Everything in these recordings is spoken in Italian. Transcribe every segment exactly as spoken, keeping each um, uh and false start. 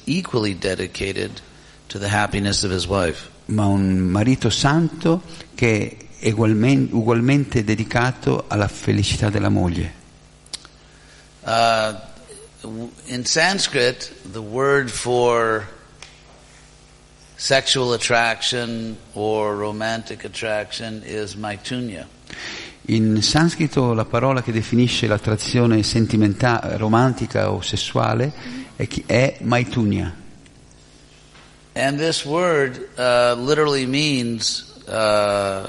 equally dedicated to the happiness of his wife. Ma un marito santo che è ugualmente, ugualmente dedicato alla felicità della moglie. Uh, in Sanskrit, the word for sexual attraction or romantic attraction is maitunya. In sanscrito la parola che definisce l'attrazione sentimentale, romantica o sessuale è, è maitunya. And this word uh, literally means uh,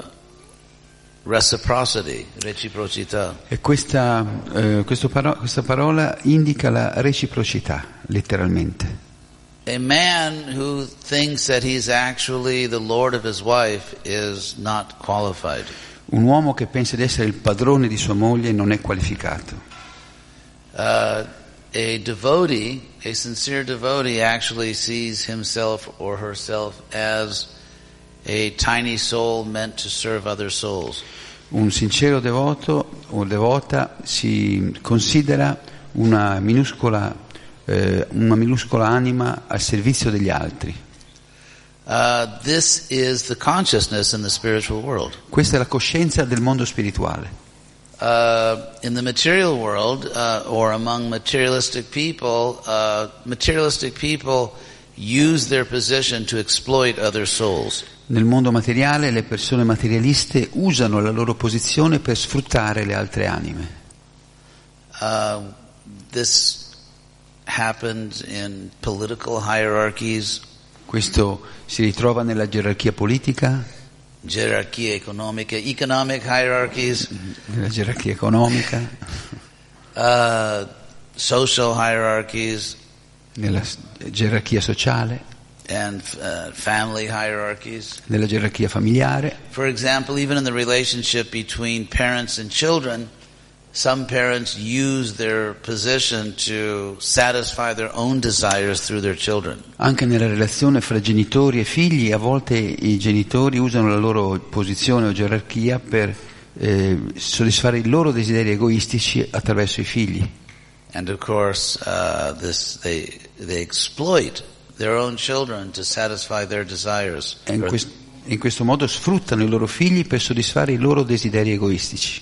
reciprocity, reciprocità. E questa, eh, questo paro- questa parola indica la reciprocità, letteralmente. A man who thinks that he's actually the lord of his wife is not qualified. Un uomo che pensa di essere il padrone di sua moglie non è qualificato. Uh, a devotee, a sincere devotee, actually sees himself or herself as a tiny soul meant to serve other souls. Un sincero devoto o devota si considera una minuscola, eh, una minuscola anima al servizio degli altri. Uh, this is the consciousness in the spiritual world. Questa è la coscienza del mondo spirituale. Uh, in the material world, uh, or among materialistic people, uh, materialistic people use their position to exploit other souls. Nel mondo materiale le persone materialiste usano la loro posizione per sfruttare le altre anime. Uh, this happens in political hierarchies. Questo si ritrova nella gerarchia politica, Gerarchie economiche, economic hierarchies, nella gerarchia economica, uh, social hierarchies, nella gerarchia sociale, and uh, family hierarchies. nella gerarchia familiare. For example, even in the relationship between parents and children, some parents use their position to satisfy their own desires through their children. Anche nella relazione fra genitori e figli, a volte i genitori usano la loro posizione o gerarchia per eh, soddisfare i loro desideri egoistici attraverso i figli. And of course, uh, this they they exploit their own children to satisfy their desires. E in, quest- in questo modo sfruttano i loro figli per soddisfare i loro desideri egoistici.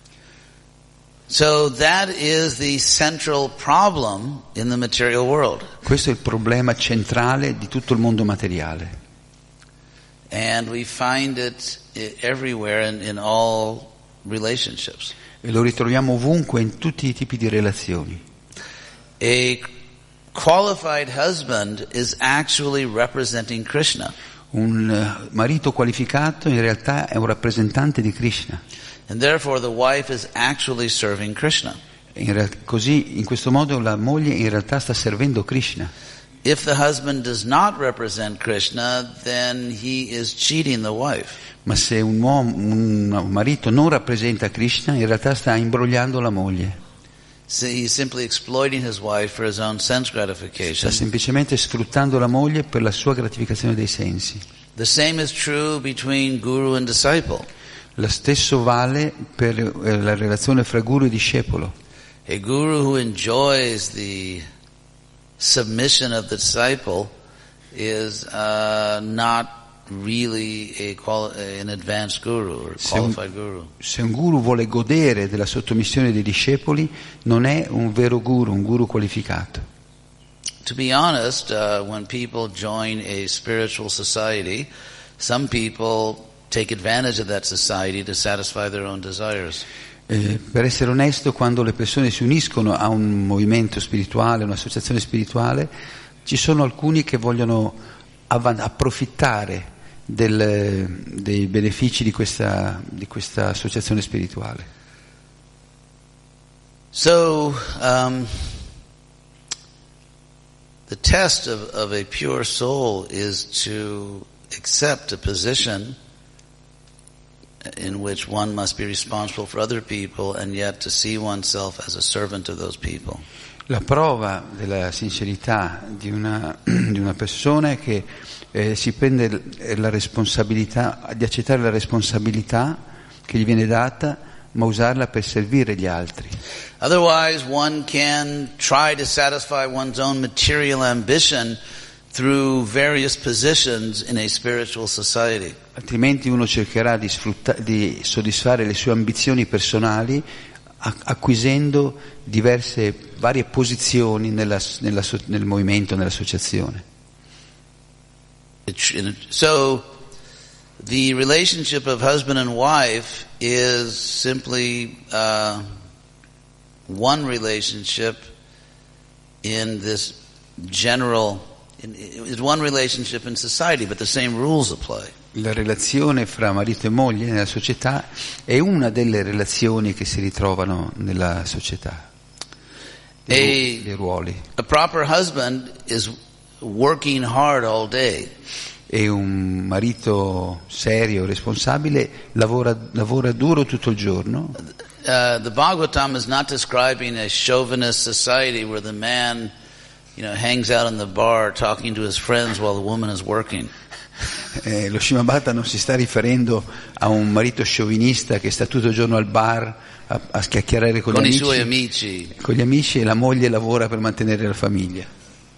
So that is the central problem in the material world. Questo è il problema centrale di tutto il mondo materiale. And we find it everywhere in, in all relationships. E lo ritroviamo ovunque in tutti i tipi di relazioni. A qualified husband is actually representing Krishna. Un marito qualificato in realtà è un rappresentante di Krishna. And therefore the wife is actually serving Krishna. In real- così, in questo modo, la moglie in realtà sta servendo Krishna. If the husband does not represent Krishna, then he is cheating the wife. Ma se un uomo, un marito non rappresenta Krishna, in realtà sta imbrogliando la moglie. So he's simply exploiting his wife for his own sense Sta gratification. semplicemente sfruttando la moglie per la sua gratificazione dei sensi. The same is true between guru and disciple. Lo stesso vale per eh, la relazione fra guru e discepolo. A guru who enjoys the submission of the disciple is uh, not really a quali- an advanced guru or Se un, qualified guru. se un guru vuole godere della sottomissione dei discepoli, non è un vero guru, un guru qualificato. To be honest, uh, when people join a spiritual society, some people take advantage of that society to satisfy their own desires. Eh, per essere onesto, quando le persone si uniscono a un movimento spirituale, un'associazione spirituale, ci sono alcuni che vogliono avvan- approfittare del, dei benefici di questa, di questa associazione spirituale. So, um, the test of, of a pure soul is to accept a position in which one must be responsible for other people and yet to see oneself as a servant of those people. La prova della sincerità di una, di una persona è che eh, si prende la responsabilità, di accettare la responsabilità che gli viene data ma usarla per servire gli altri. Otherwise, one can try to satisfy one's own material ambition through various positions in a spiritual society. Altrimenti uno cercherà di, sfrutta- di soddisfare le sue ambizioni personali acquisendo diverse, varie posizioni nella, nella, nel movimento, nell'associazione. So, the relationship of husband and wife is simply uh, one relationship in this general, is one relationship in society, but the same rules apply. La relazione fra marito e moglie nella società è una delle relazioni che si ritrovano nella società. I ru- ruoli. A proper husband is working hard all day. E un marito serio, responsabile, lavora, lavora duro tutto il giorno. Uh, the Bhagavatam is not describing a chauvinist society where the man, you know, hangs out in the bar talking to his friends while the woman is working. Eh, lo Srimad Bhagavatam non si sta riferendo a un marito sciovinista che sta tutto il giorno al bar a, a chiacchierare con, con gli i amici, suoi amici. con gli amici e la moglie lavora per mantenere la famiglia.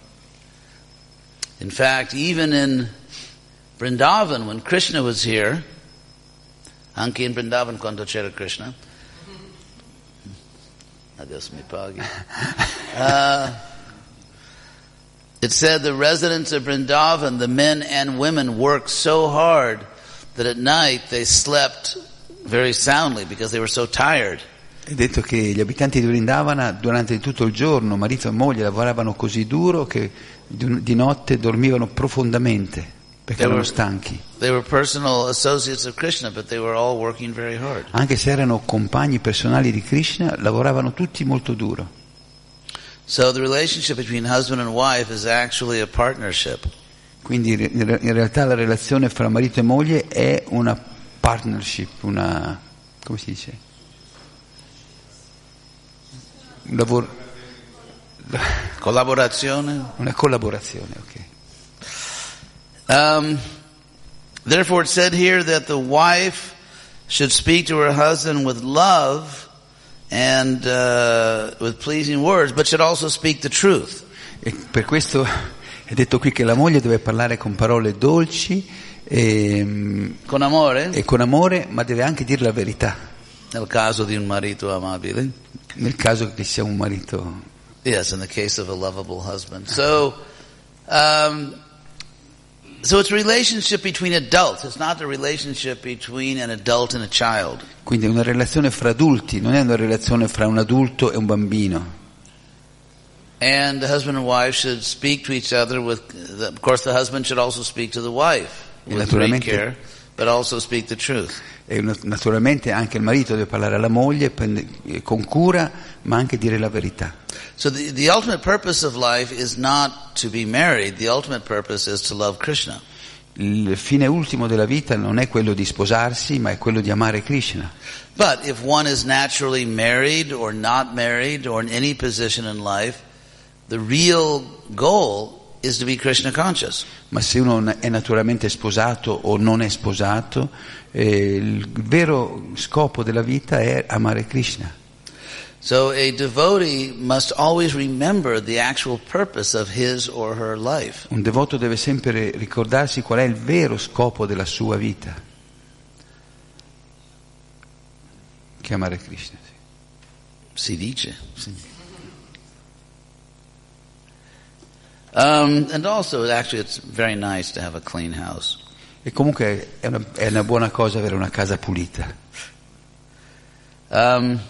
In fact, even in Vrindavan, when Krishna was here, anche in Vrindavan quando c'era Krishna, adesso mi paghi, uh, it said the residents of Vrindavan, the men and women, worked so hard that at night they slept very soundly because they were so tired. È detto che gli abitanti di Vrindavana durante tutto il giorno, marito e moglie, lavoravano così duro che di notte dormivano profondamente perché They erano were, stanchi. They were personal associates of Krishna, but they were all working very hard. Anche se erano compagni personali di Krishna, lavoravano tutti molto duro. So the relationship between husband and wife is actually a partnership. Quindi in realtà la relazione fra marito e moglie è una partnership, una, come si dice? Un lavoro, Collaborazione. Una collaborazione, ok. Um, therefore it said here that the wife should speak to her husband with love and uh, with pleasing words, but should also speak the truth. E per questo è detto qui che la moglie deve parlare con parole dolci e con amore, e con amore, ma deve anche dire la verità. Nel caso di un marito amabile. Nel caso che sia un marito. Yes, in the case of a lovable husband. So, um, so it's a relationship between adults. It's not a relationship between an adult and a child. Quindi è una relazione fra adulti, non è una relazione fra un adulto e un bambino. And the husband and wife should speak to each other with, of course the husband should also speak to the wife with great care, but also speak the truth. E naturalmente anche il marito deve parlare alla moglie con cura, ma anche dire la verità. So the, the ultimate purpose of life is not to be married. The ultimate purpose is to love Krishna. Il fine ultimo della vita non è quello di sposarsi, ma è quello di amare Krishna. But if one is naturally married or not married or in any position in life, the real goal is to be Krishna conscious. Ma se uno è naturalmente sposato o non è sposato, eh, il vero scopo della vita è amare Krishna. So a devotee must always remember the actual purpose of his or her life. Un devoto deve sempre ricordarsi qual è il vero scopo della sua vita. Che è amare Krishna. Sì. Si dice. Sì. Um, and also, actually, it's very nice to have a clean house. E comunque è una, è una buona cosa avere una casa pulita. Um,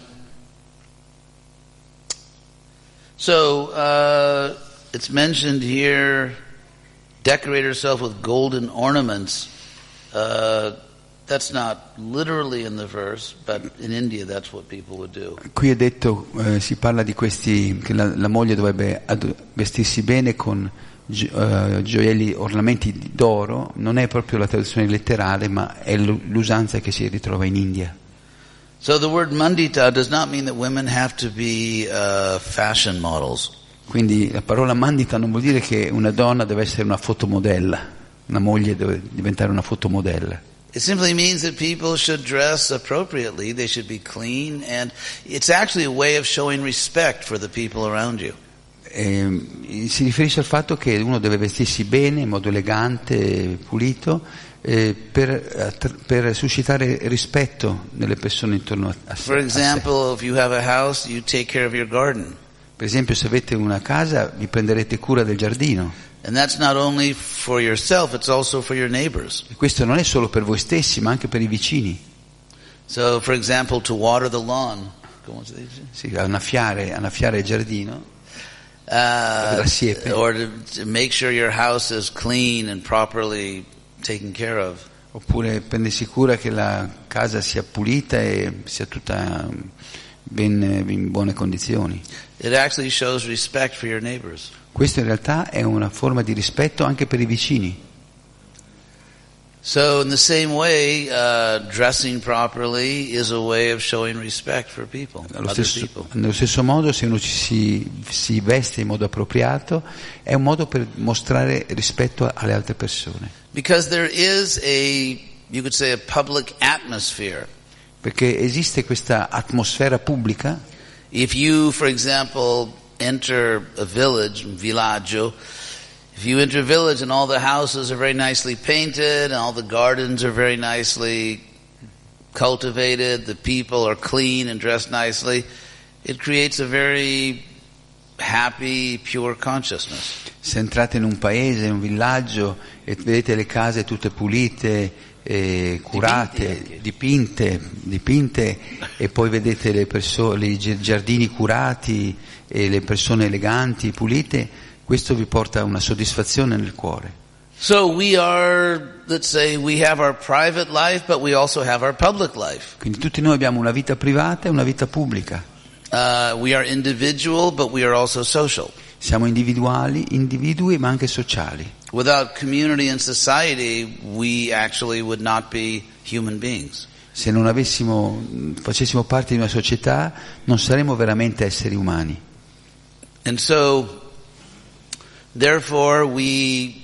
so, uh, it's mentioned here, decorate herself with golden ornaments. Uh, that's not literally in the verse, but in India that's what people would do. Qui è detto, eh, si parla di questi, che la, la moglie dovrebbe ad, vestirsi bene con gio, uh, gioielli, ornamenti d'oro. Non è proprio la traduzione letterale, ma è l'usanza che si ritrova in India. So the word mandita does not mean that women have to be uh, fashion models. Quindi la parola mandita non vuol dire che una donna deve essere una fotomodella, una moglie deve diventare una fotomodella. It simply means that people should dress appropriately, they should be clean, and it's actually a way of showing respect for the people around you. Eh, si riferisce al fatto che uno deve vestirsi bene, in modo elegante, pulito, eh, per, per suscitare rispetto nelle persone intorno a, a sé. For example, if you have a house, you take care of your garden. Per esempio, se avete una casa, vi prenderete cura del giardino. And that's not only for yourself, it's also for your neighbors. E questo non è solo per voi stessi, ma anche per i vicini. So, for example, to water the lawn, come si dice? Sì, annaffiare, annaffiare il giardino. Uh, or to, to make sure your house is clean and properly taken care of. Oppure prendersi cura che la casa sia pulita e sia tutta ben in buone condizioni. It actually shows respect for your neighbors. Questo in realtà è una forma di rispetto anche per i vicini. So in the same way, uh, dressing properly is a way of showing respect for people, Nello other stesso, people. nello stesso modo, se uno ci si, si veste in modo appropriato, è un modo per mostrare rispetto alle altre persone. Because there is a, you could say, a public atmosphere. Perché esiste questa atmosfera pubblica. If you, for example, enter a village, un villaggio, if you enter a village and all the houses are very nicely painted and all the gardens are very nicely cultivated, the people are clean and dressed nicely, it creates a very happy, pure consciousness. Se entrate in un paese, in un villaggio e vedete le case tutte pulite, eh, curate, dipinte, dipinte e poi vedete le persone, i giardini curati e le persone eleganti, pulite, questo vi porta a una soddisfazione nel cuore. So we are, let's say, we have our private life, but we also have our public life. Quindi tutti noi abbiamo una vita privata e una vita pubblica. Uh, we are individual, but we are also social. Siamo individuali, individui, ma anche sociali. Without community and society, we actually would not be human beings. Se non avessimo, facessimo parte di una società, non saremmo veramente esseri umani. And so, therefore, we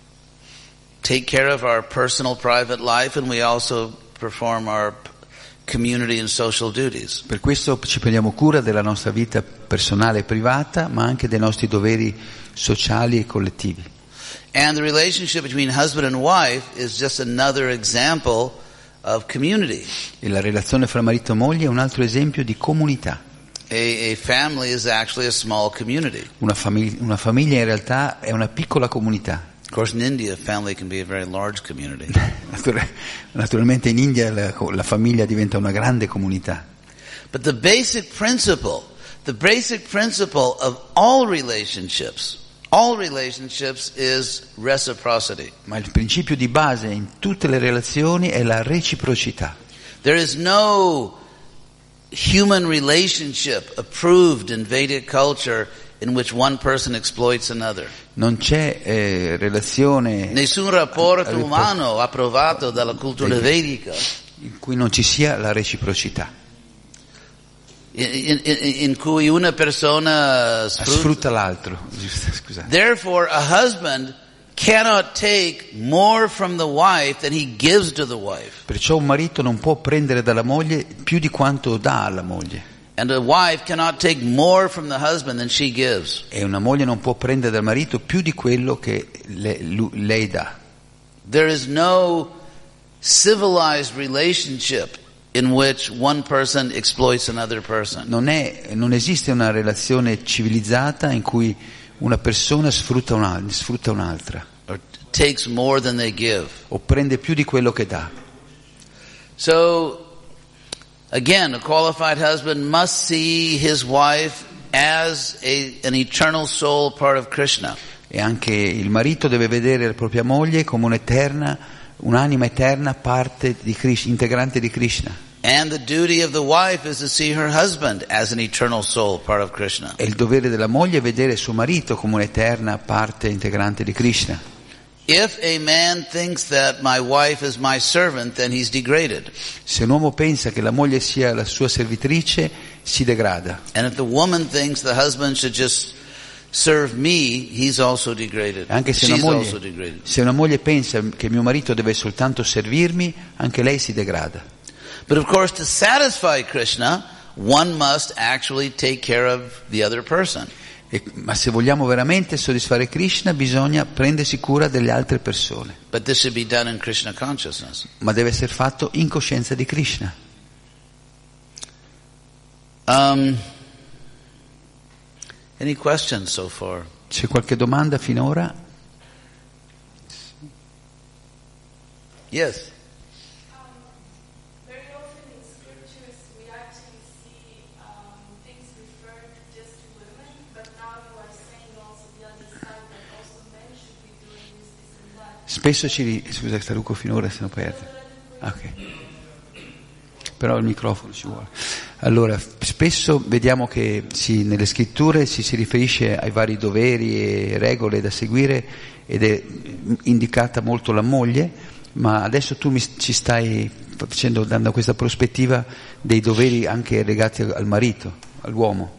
take care of our personal private life and we also perform our community and social duties. Per questo ci prendiamo cura della nostra vita personale e privata, ma anche dei nostri doveri sociali e collettivi. And the relationship between husband and wife is just another example of community. E la relazione fra marito e moglie è un altro esempio di comunità. A, a family is actually a small community. Una, famig- una famiglia in realtà è una piccola comunità. Of course, in India, a family can be a very large community. Naturalmente in India la, la famiglia diventa una grande comunità. But the basic principle, the basic principle of all relationships, all relationships is reciprocity. Ma il principio di base in tutte le relazioni è la reciprocità. There is no human relationship approved in Vedic culture in which one person exploits another. Non c'è eh, relazione, nessun rapporto umano approvato dalla cultura vedica in cui non ci sia la reciprocità, in, in, in cui una persona sfrutta, sfrutta l'altro. Scusate. Therefore, a husband cannot take more from the wife than he gives to the wife. Perciò un marito non può prendere dalla moglie più di quanto dà alla moglie. And a wife cannot take more from the husband than she gives. E una moglie non può prendere dal marito più di quello che le, lui, lei dà. There is no civilized relationship in which one person exploits another person. Non è, non esiste una relazione civilizzata in cui una persona sfrutta, una, sfrutta un'altra. Or takes more than they give. O prende più di quello che dà. So, again, a qualified husband must see his wife as a, an eternal soul part of Krishna. E anche il marito deve vedere la propria moglie come un'eterna, un'anima eterna parte di Krishna, integrante di Krishna. And the duty of the wife is to see her husband as an eternal soul part of Krishna. E il dovere della moglie è vedere suo marito come un'eterna parte integrante di Krishna. If a man thinks that my wife is my servant, then he's degraded. Se un uomo pensa che la moglie sia la sua servitrice, si degrada. And if the woman thinks the husband should just serve me, he's also degraded. Anche se una, She's also moglie, degraded. se una moglie pensa che mio marito deve soltanto servirmi, anche lei si degrada. But of course, to satisfy Krishna, one must actually take care of the other person. E, ma se vogliamo veramente soddisfare Krishna, bisogna prendersi cura delle altre persone. But this should be done in Krishna consciousness. Ma deve essere fatto in coscienza di Krishna. Um, any questions so far? C'è qualche domanda finora? Yes. Spesso ci... Scusa, Taruco finora se no perde. Ok. Però il microfono ci vuole. Allora, spesso vediamo che sì, nelle scritture si, si riferisce ai vari doveri e regole da seguire ed è indicata molto la moglie, ma adesso tu mi, ci stai facendo, dando questa prospettiva dei doveri anche legati al marito, all'uomo.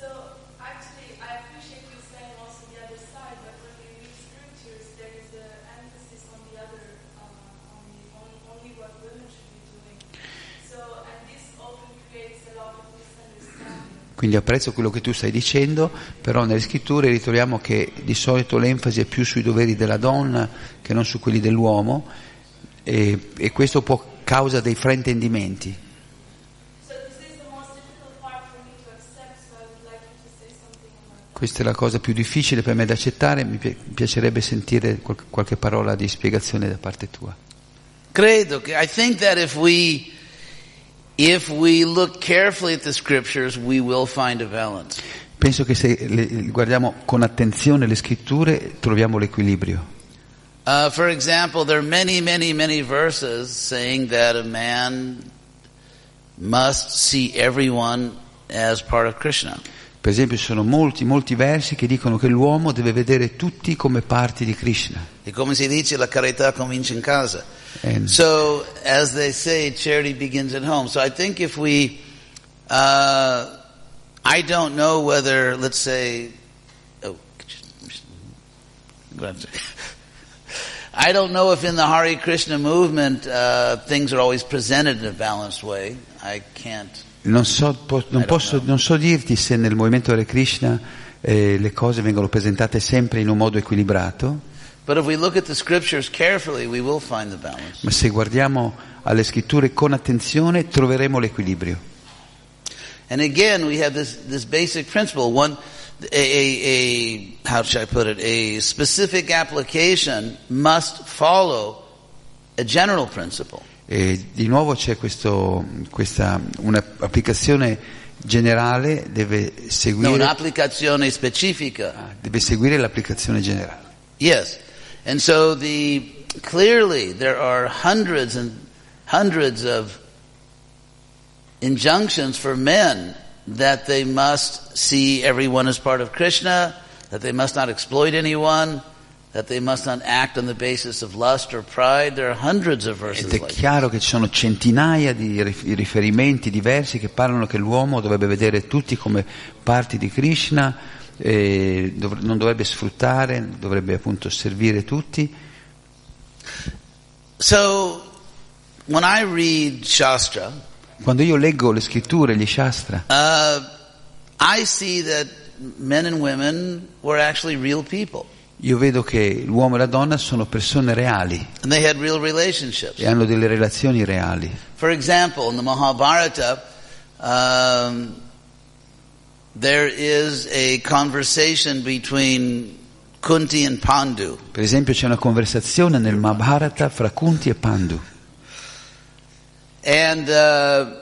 Quindi apprezzo quello che tu stai dicendo, però nelle scritture ritroviamo che di solito l'enfasi è più sui doveri della donna che non su quelli dell'uomo e, e questo può causa dei fraintendimenti. Questa è la cosa più difficile per me da accettare, mi piacerebbe sentire qualche, qualche parola di spiegazione da parte tua. Credo che I think that if we If we look carefully at the scriptures, we will find a balance. Penso che se le, guardiamo con attenzione le scritture troviamo l'equilibrio. Uh, for example, there are many, many, many verses saying that a man must see everyone as part of Krishna. Per esempio ci sono molti, molti versi che dicono che l'uomo deve vedere tutti come parti di Krishna. E come si dice, la carità comincia in casa. And So, as they say, charity begins at home. So I think if we, uh, I don't know whether, let's say, oh, I don't know if in the Hare Krishna movement uh, things are always presented in a balanced way. I can't. Non so, po- non, posso, non so dirti se nel movimento Hare Krishna eh, le cose vengono presentate sempre in un modo equilibrato. But if we look at the scriptures carefully, we will find the balance. Ma se guardiamo alle scritture con attenzione troveremo l'equilibrio. And again, we have this, this basic principle. One, a, a, a, how should I put it? A specific application must follow a general principle. E di nuovo c'è questo, questa, un'applicazione generale deve seguire, No, un'applicazione specifica. deve seguire l'applicazione generale. Yes. And so the, clearly there are hundreds and hundreds of injunctions for men that they must see everyone as part of Krishna, that they must not exploit anyone, that they must not act on the basis of lust or pride. There are hundreds of verses Ed è like chiaro che ci sono centinaia di riferimenti diversi che parlano che l'uomo dovrebbe vedere tutti come parti di Krishna, e dov- non dovrebbe sfruttare, dovrebbe appunto servire tutti. So, when I read Shastra, Quando io leggo le scritture, gli Shastra, uh, I see that men and women were actually real people. io vedo che l'uomo e la donna sono persone reali And they had real relationships. e hanno delle relazioni reali. For example, in the Mahabharata, um, there is a conversation between Kunti and Pandu. Per esempio c'è una conversazione nel Mahabharata fra Kunti e Pandu. And uh,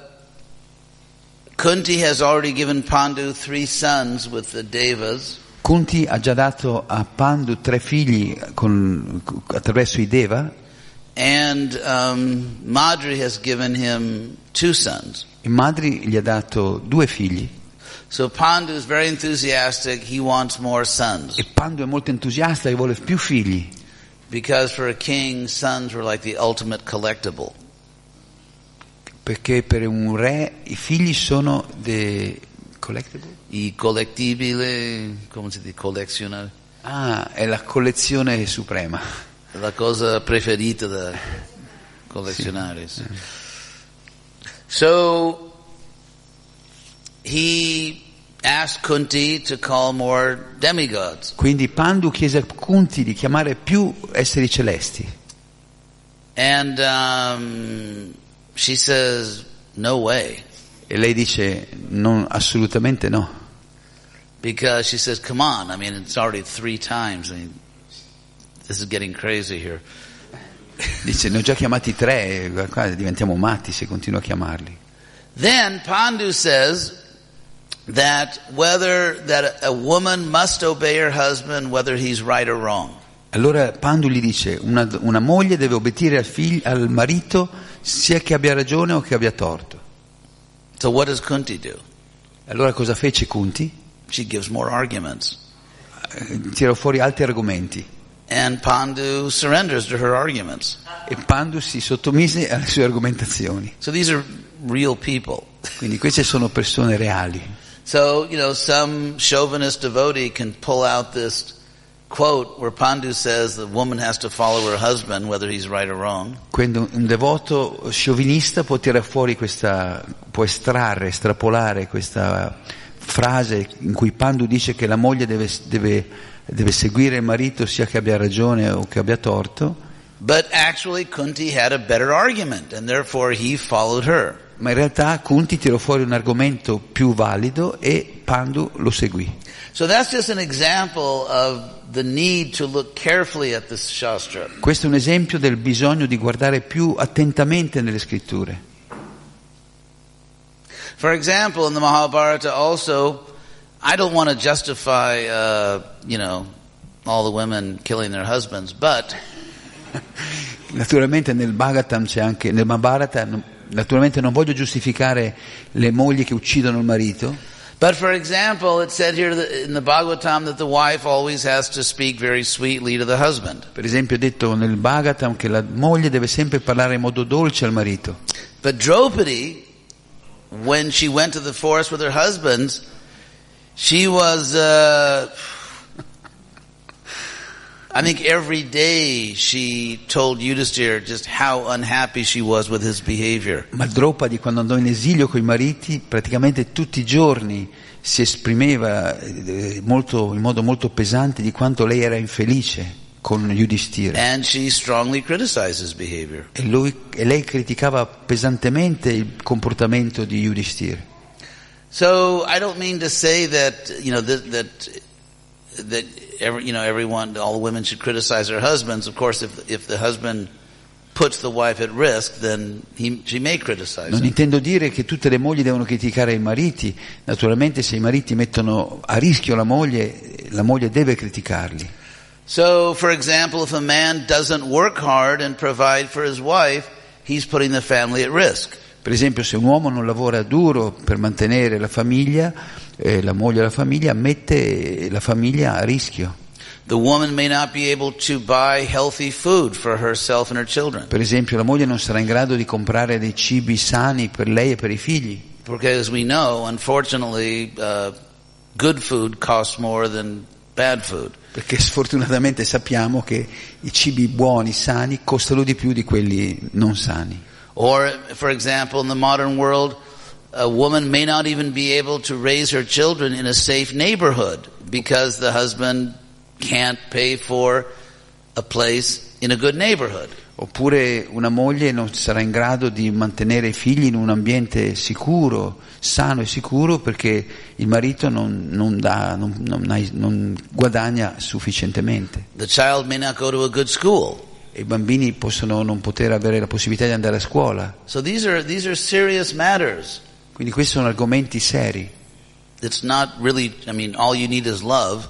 Kunti has already given Pandu three sons with the Devas. Kunti ha già dato a Pandu tre figli con, attraverso i Deva, And um, Madri has given him two sons. e Madri gli ha dato due figli. So Pandu is very enthusiastic. He wants more sons. E Pandu è molto entusiasta e vuole più figli, Because for a king, sons were like the ultimate collectible. perché per un re i figli sono de, Collectible? I collectibili, come si dice, collezionare? Ah, è la collezione suprema. La cosa preferita da collezionare. Sì. So, he asked Kunti to call more demigods. Quindi Pandu chiese a Kunti di chiamare più esseri celesti. And um, she says, no way. E lei dice, non, assolutamente no. Because she says, come on, I mean, it's already three times. I mean, this is getting crazy here. Dice, ne ho già chiamati tre, qua diventiamo matti se continuo a chiamarli. Then Pandu says that whether that a woman must obey her husband, whether he's right or wrong. Allora Pandu gli dice, una, una moglie deve obbedire al, figlio, al marito sia che abbia ragione o che abbia torto. So what does Kunti do? Allora cosa fece Kunti? She gives more arguments. Tirò fuori altri argomenti. And Pandu surrenders to her arguments. E Pandu si sottomise alle sue argomentazioni. So these are real people. Quindi queste sono persone reali. So, you know, some chauvinist devotee can pull out this quote where Pandu says the woman has to follow her husband whether he's right or wrong. Quindi un devoto sciovinista può tirare fuori questa, può estrarre, estrapolare questa frase in cui Pandu dice che la moglie deve, deve, deve seguire il marito sia che abbia ragione o che abbia torto. But actually Kunti had a better argument and therefore he followed her. Ma in realtà Kunti tirò fuori un argomento più valido e Pandu lo seguì. So that's just an example of the need to look carefully at this shastra. Questo è un esempio del bisogno di guardare più attentamente nelle scritture. For example, in the Mahabharata also, I don't want to justify, uh, you know, all the women killing their husbands, but naturalmente nel Bhagavatam c'è anche, nel Mahabharata, naturalmente non voglio giustificare le mogli che uccidono il marito. But for example, it said here in the Bhagavatam that the wife always has to speak very sweetly to the husband. Per esempio è detto nel Bhagavatam che la moglie deve sempre parlare in modo dolce al marito. But Draupadi, when she went to the forest with her husbands, she was, uh, I think every day she told Yudhisthira just how unhappy she was with his behavior. Ma Draupadi quando andò in esilio coi mariti, praticamente tutti i giorni si esprimeva molto, in modo molto pesante di quanto lei era infelice con Yudhisthira. And she strongly criticized his behavior. E, lui, e lei criticava pesantemente il comportamento di Yudhisthira. So I don't mean to say that, you know, that, that that every, you know, everyone, all the women should criticize their husbands. Of course, if if the husband puts the wife at risk, then he, she may criticize Non him. intendo dire che tutte le mogli devono criticare i mariti. Naturalmente se i mariti mettono a rischio la moglie, la moglie deve criticarli. So, for example, if a man doesn't work hard and provide for his wife, he's putting the family at risk. Per esempio, se un uomo non lavora duro per mantenere la famiglia, eh, la moglie e la famiglia, mette la famiglia a rischio. The woman may not be able to buy healthy food for herself and her children. Per esempio, la moglie non sarà in grado di comprare dei cibi sani per lei e per i figli. Because we know, unfortunately, uh, good food costs more than bad food. Perché sfortunatamente sappiamo che i cibi buoni, sani, costano di più di quelli non sani. Or, for example, in the modern world, a woman may not even be able to raise her children in a safe neighborhood because the husband can't pay for a place in a good neighborhood. Oppure una moglie non sarà in grado di mantenere i figli in un ambiente sicuro, sano e sicuro perché il marito non, non, dà, non, non, non guadagna sufficientemente. The child may not go to a good school. I bambini possono non poter avere la possibilità di andare a scuola. So these are these are serious matters. Quindi questi sono argomenti seri. It's not really, I mean, all you need is love,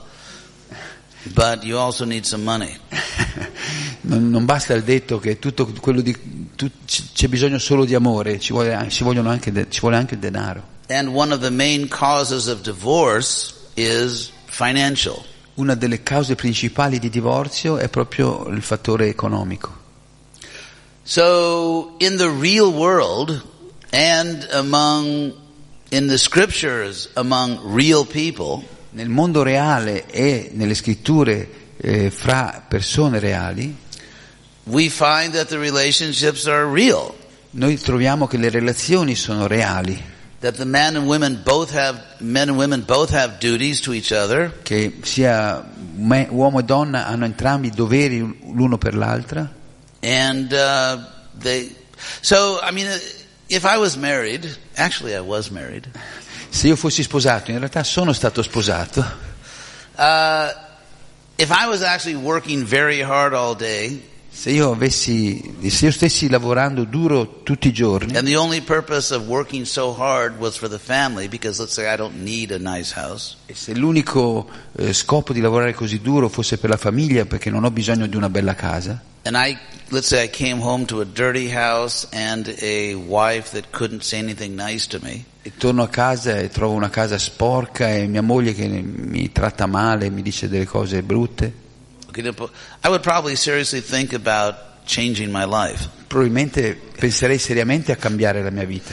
but you also need some money. non, non basta il detto che tutto quello di tu, c'è bisogno solo di amore, ci vuole, ci vogliono anche de, ci vuole anche il denaro. And one of the main causes of divorce is financial. Una delle cause principali di divorzio è proprio il fattore economico. So, in the real world and among in the scriptures among real people, nel mondo reale e nelle scritture eh, fra persone reali, we find that the relationships are real. noi troviamo che le relazioni sono reali, That the men and women both have men and women both have duties to each other. che sia me- uomo e donna hanno entrambi doveri l'uno per l'altra. And uh, they, so I mean, if I was married, actually I was married. Se io fossi sposato, in realtà sono stato sposato, Uh, if I was actually working very hard all day, se io avessi, se io stessi lavorando duro tutti i giorni, and the only purpose of working so hard was for the family, because let's say I don't need a nice house, e se l'unico eh, scopo di lavorare così duro fosse per la famiglia perché non ho bisogno di una bella casa, and I, let's say I came home to a dirty house and a wife that couldn't say anything nice to me, e torno a casa e trovo una casa sporca e mia moglie che mi tratta male, mi dice delle cose brutte, I would probably seriously think about changing my life. probabilmente penserei seriamente a cambiare la mia vita.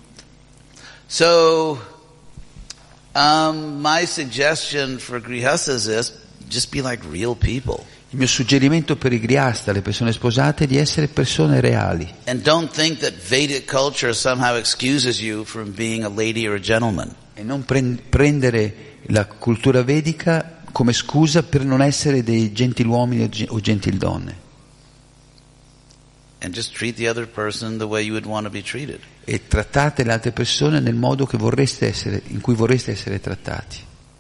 So, um, my suggestion for grihastas is just be like real people. Il mio suggerimento per i grihasta, le persone sposate, è di essere persone reali. And don't think that Vedic culture somehow excuses you from being a lady or a gentleman. E non pre- prendere la cultura vedica come scusa per non essere dei gentiluomini o, ge- o gentildonne. And just treat the other person the way you would want to be treated. E trattate le altre persone nel modo che vorreste essere, in cui vorreste essere trattati.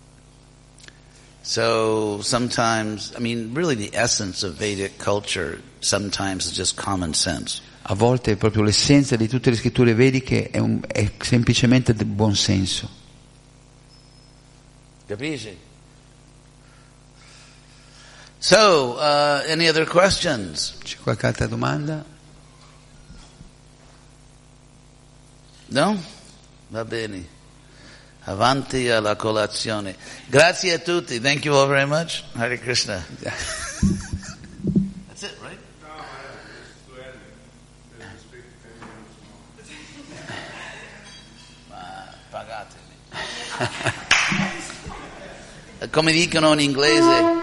So sometimes, I mean, really the essence of Vedic culture sometimes is just common sense. A volte proprio l'essenza di tutte le scritture vediche è, un, è semplicemente del buon senso. Capisci? So, uh, any other questions? C'è qualche altra domanda? No? Va bene. Avanti alla colazione. Grazie a tutti. Thank you all very much. Hare Krishna. That's it, right? Ma pagatemi. Come dicono in inglese,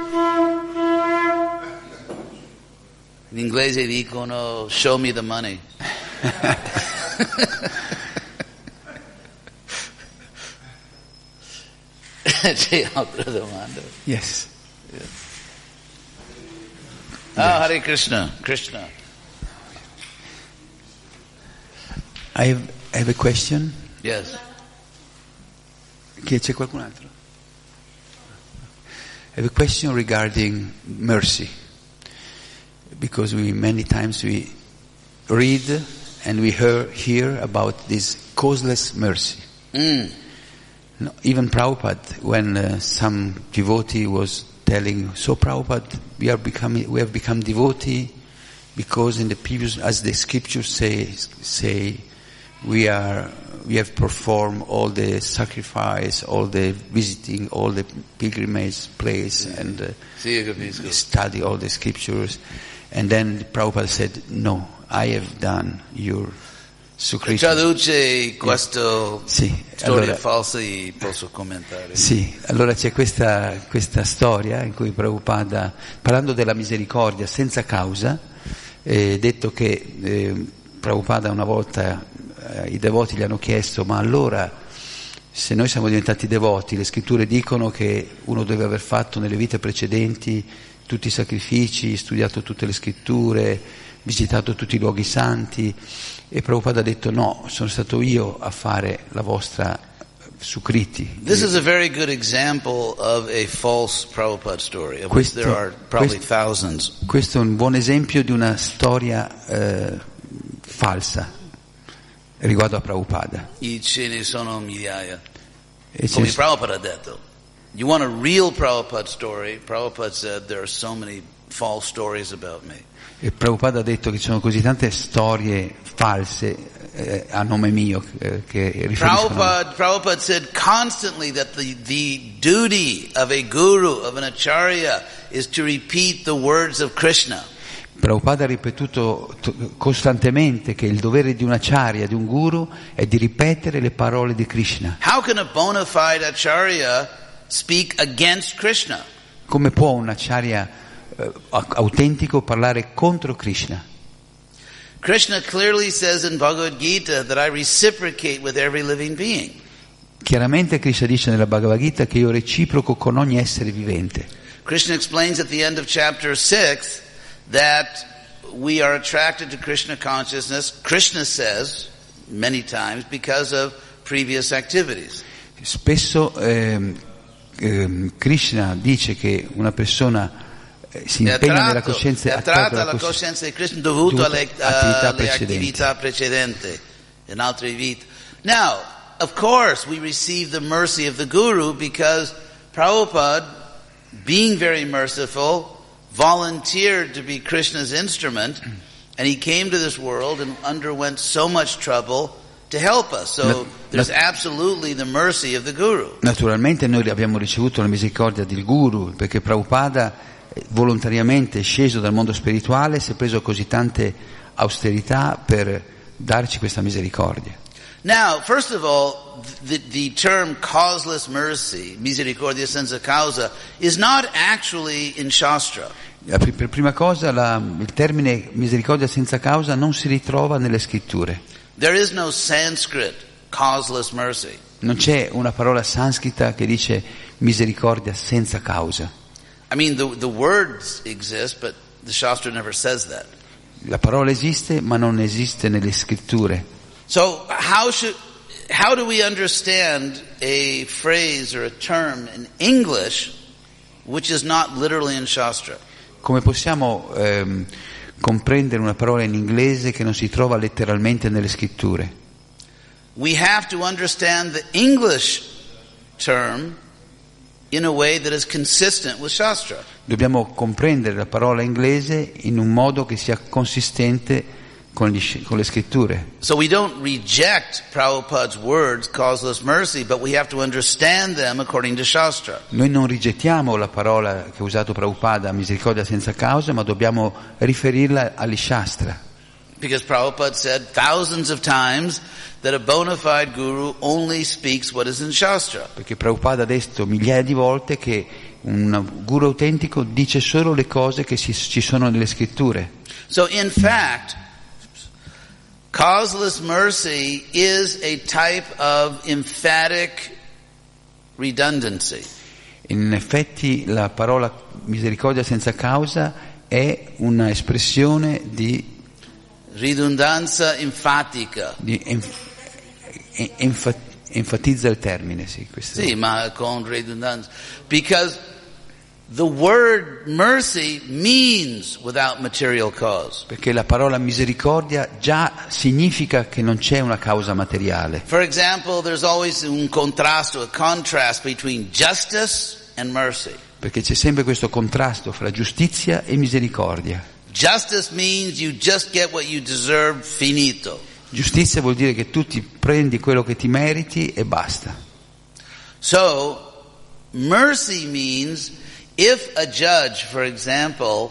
in inglese dicono show me the money. C'è altra domanda? Yes. Ah, Hare Krishna, Krishna. I have, I have a question. Yes. Che c'è qualcun altro? I have a question regarding mercy, because we many times we read and we hear, hear about this causeless mercy. Mm. No, even Prabhupada, when uh, some devotee was telling, so Prabhupada, we are becoming, we have become devotee because in the previous, as the scriptures say, say, we are, we have performed all the sacrifice, all the visiting, all the pilgrimage place, and uh, Sì, io capisco. study all the scriptures. And then Prabhupada said, no, I have done your Sukriti. Traduce questo Sì, storie allora, false, posso commentare. sì, allora c'è questa, questa storia in cui Prabhupada, parlando della misericordia senza causa, eh, detto che eh, Prabhupada una volta eh, i devoti gli hanno chiesto, ma allora se noi siamo diventati devoti, le scritture dicono che uno deve aver fatto nelle vite precedenti tutti i sacrifici, studiato tutte le scritture, visitato tutti i luoghi santi, e Prabhupada ha detto no, sono stato io a fare la vostra Sukriti. This is a very good example of a false Prabhupada story, of which Questo, there are probably questo, thousands. questo è un buon esempio di una storia eh, falsa riguardo a Prabhupada. I ce ne sono migliaia. E ce Come ne- Prabhupada ha detto. You want a real Prabhupada story? Prabhupada said there are so many false stories about me. E Prabhupada ha detto che ci sono così tante storie false eh, a nome mio eh, che riferiscono. Prabhupada, Prabhupada said constantly that the, the duty of a guru, of an acharya, is to repeat the words of Krishna. Prabhupada ha ripetuto t- costantemente che il dovere di un acharya, di un guru, è di ripetere le parole di Krishna. How can a bona fide acharya speak against Krishna? Come può un acharya eh, autentico parlare contro Krishna? Krishna clearly says in Bhagavad Gita that I reciprocate with every living being. Chiaramente Krishna dice nella Bhagavad Gita che io reciproco con ogni essere vivente. Krishna explains at the end of chapter six that we are attracted to Krishna consciousness, Krishna says many times, because of previous activities. Spesso ehm, ehm, Krishna dice che una persona eh, si impegna nella coscienza, è attratta alla coscienza di Krishna dovuto alle, attività alle precedenti. attività precedenti in altre vite. Now, of course, we receive the mercy of the Guru because Prabhupada, being very merciful, volunteered to be Krishna's instrument, and he came to this world and underwent so much trouble to help us. So there's absolutely the mercy of the Guru. Naturalmente noi abbiamo ricevuto la misericordia del Guru, perché Prabhupada volontariamente è sceso dal mondo spirituale, si è preso così tante austerità per darci questa misericordia. Now, first of all, the, the term causeless mercy, misericordia senza causa, is not actually in Shastra. Per prima cosa, la, il termine misericordia senza causa non si ritrova nelle scritture. There is no Sanskrit causeless mercy. Non c'è una parola sanscrita che dice misericordia senza causa. I mean, the, the words exist, but the Shastra never says that. La parola esiste, ma non esiste nelle scritture. So how should, how do we understand a phrase or a term in English which is not literally in Shastra? Come possiamo ehm, comprendere una parola in inglese che non si trova letteralmente nelle scritture? We have to understand the English term in a way that is consistent with Shastra. Dobbiamo comprendere la parola inglese in un modo che sia consistente con, gli, con le scritture. So we don't reject Prabhupada's words, causeless mercy, but we have to understand them according to Shastra. Noi non rigettiamo la parola che ha usato Prabhupada, misericordia senza causa, ma dobbiamo riferirla agli Shastra. Because Prabhupada said thousands of times that a bona fide guru only speaks what is in Shastra. Perché Prabhupada ha detto migliaia di volte che un guru autentico dice solo le cose che ci sono nelle scritture. So in fact, causeless mercy is a type of emphatic redundancy. In effetti la parola misericordia senza causa è una espressione di ridondanza enfatica. Di enf- enfa- enfatizza il termine, sì, questo. Sì, ma con ridondanza. Because the word mercy means without material cause. Perché la parola misericordia già significa che non c'è una causa materiale. For example, there's always un contrasto, a contrast between justice and mercy. Perché c'è sempre questo contrasto fra giustizia e misericordia. Justice means you just get what you deserve, finito. Giustizia vuol dire che tu ti prendi quello che ti meriti e basta. So, mercy means if a judge, for example,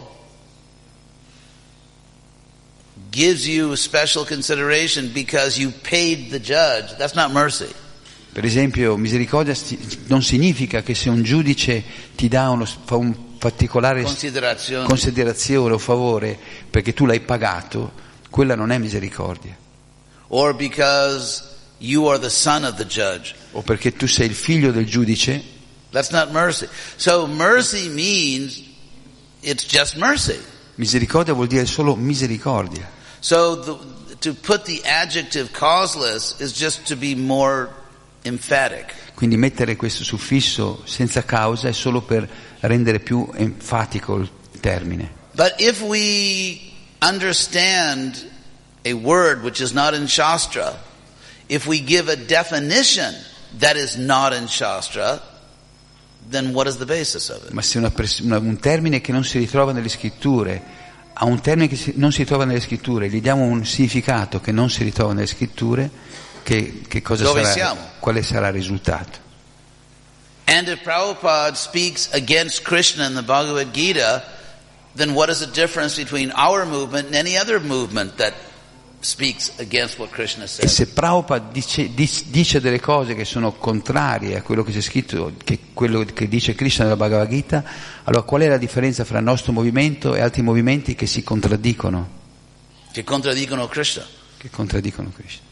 gives you special consideration because you paid the judge, that's not mercy. Per esempio, misericordia non significa che se un giudice ti dà uno, fa un particolare considerazione. considerazione o favore perché tu l'hai pagato, quella non è misericordia. Or because you are the son of the judge. O perché tu sei il figlio del giudice. That's not mercy. So mercy means it's just mercy. Misericordia vuol dire solo misericordia. So the, to put the adjective causeless is just to be more emphatic. Quindi mettere questo suffisso senza causa è solo per rendere più enfatico il termine. But if we understand a word which is not in Shastra, if we give a definition that is not in Shastra, then what is the basis of it? Ma se una pers- una, un termine che non si ritrova nelle scritture, a un termine che si, non si trova nelle scritture, gli diamo un significato che non si ritrova nelle scritture, che, che cosa Dove sarà, siamo? quale sarà il risultato? And if Prabhupada speaks against Krishna in the Bhagavad Gita, then what is the difference between our movement and any other movement that speaks against what Krishna E says? se Prabhupada dice, dice delle cose che sono contrarie a quello che c'è scritto, che quello che dice Krishna nella Bhagavad Gita, allora qual è la differenza fra il nostro movimento e altri movimenti che si contraddicono? Che contraddicono Krishna. Che contraddicono Krishna.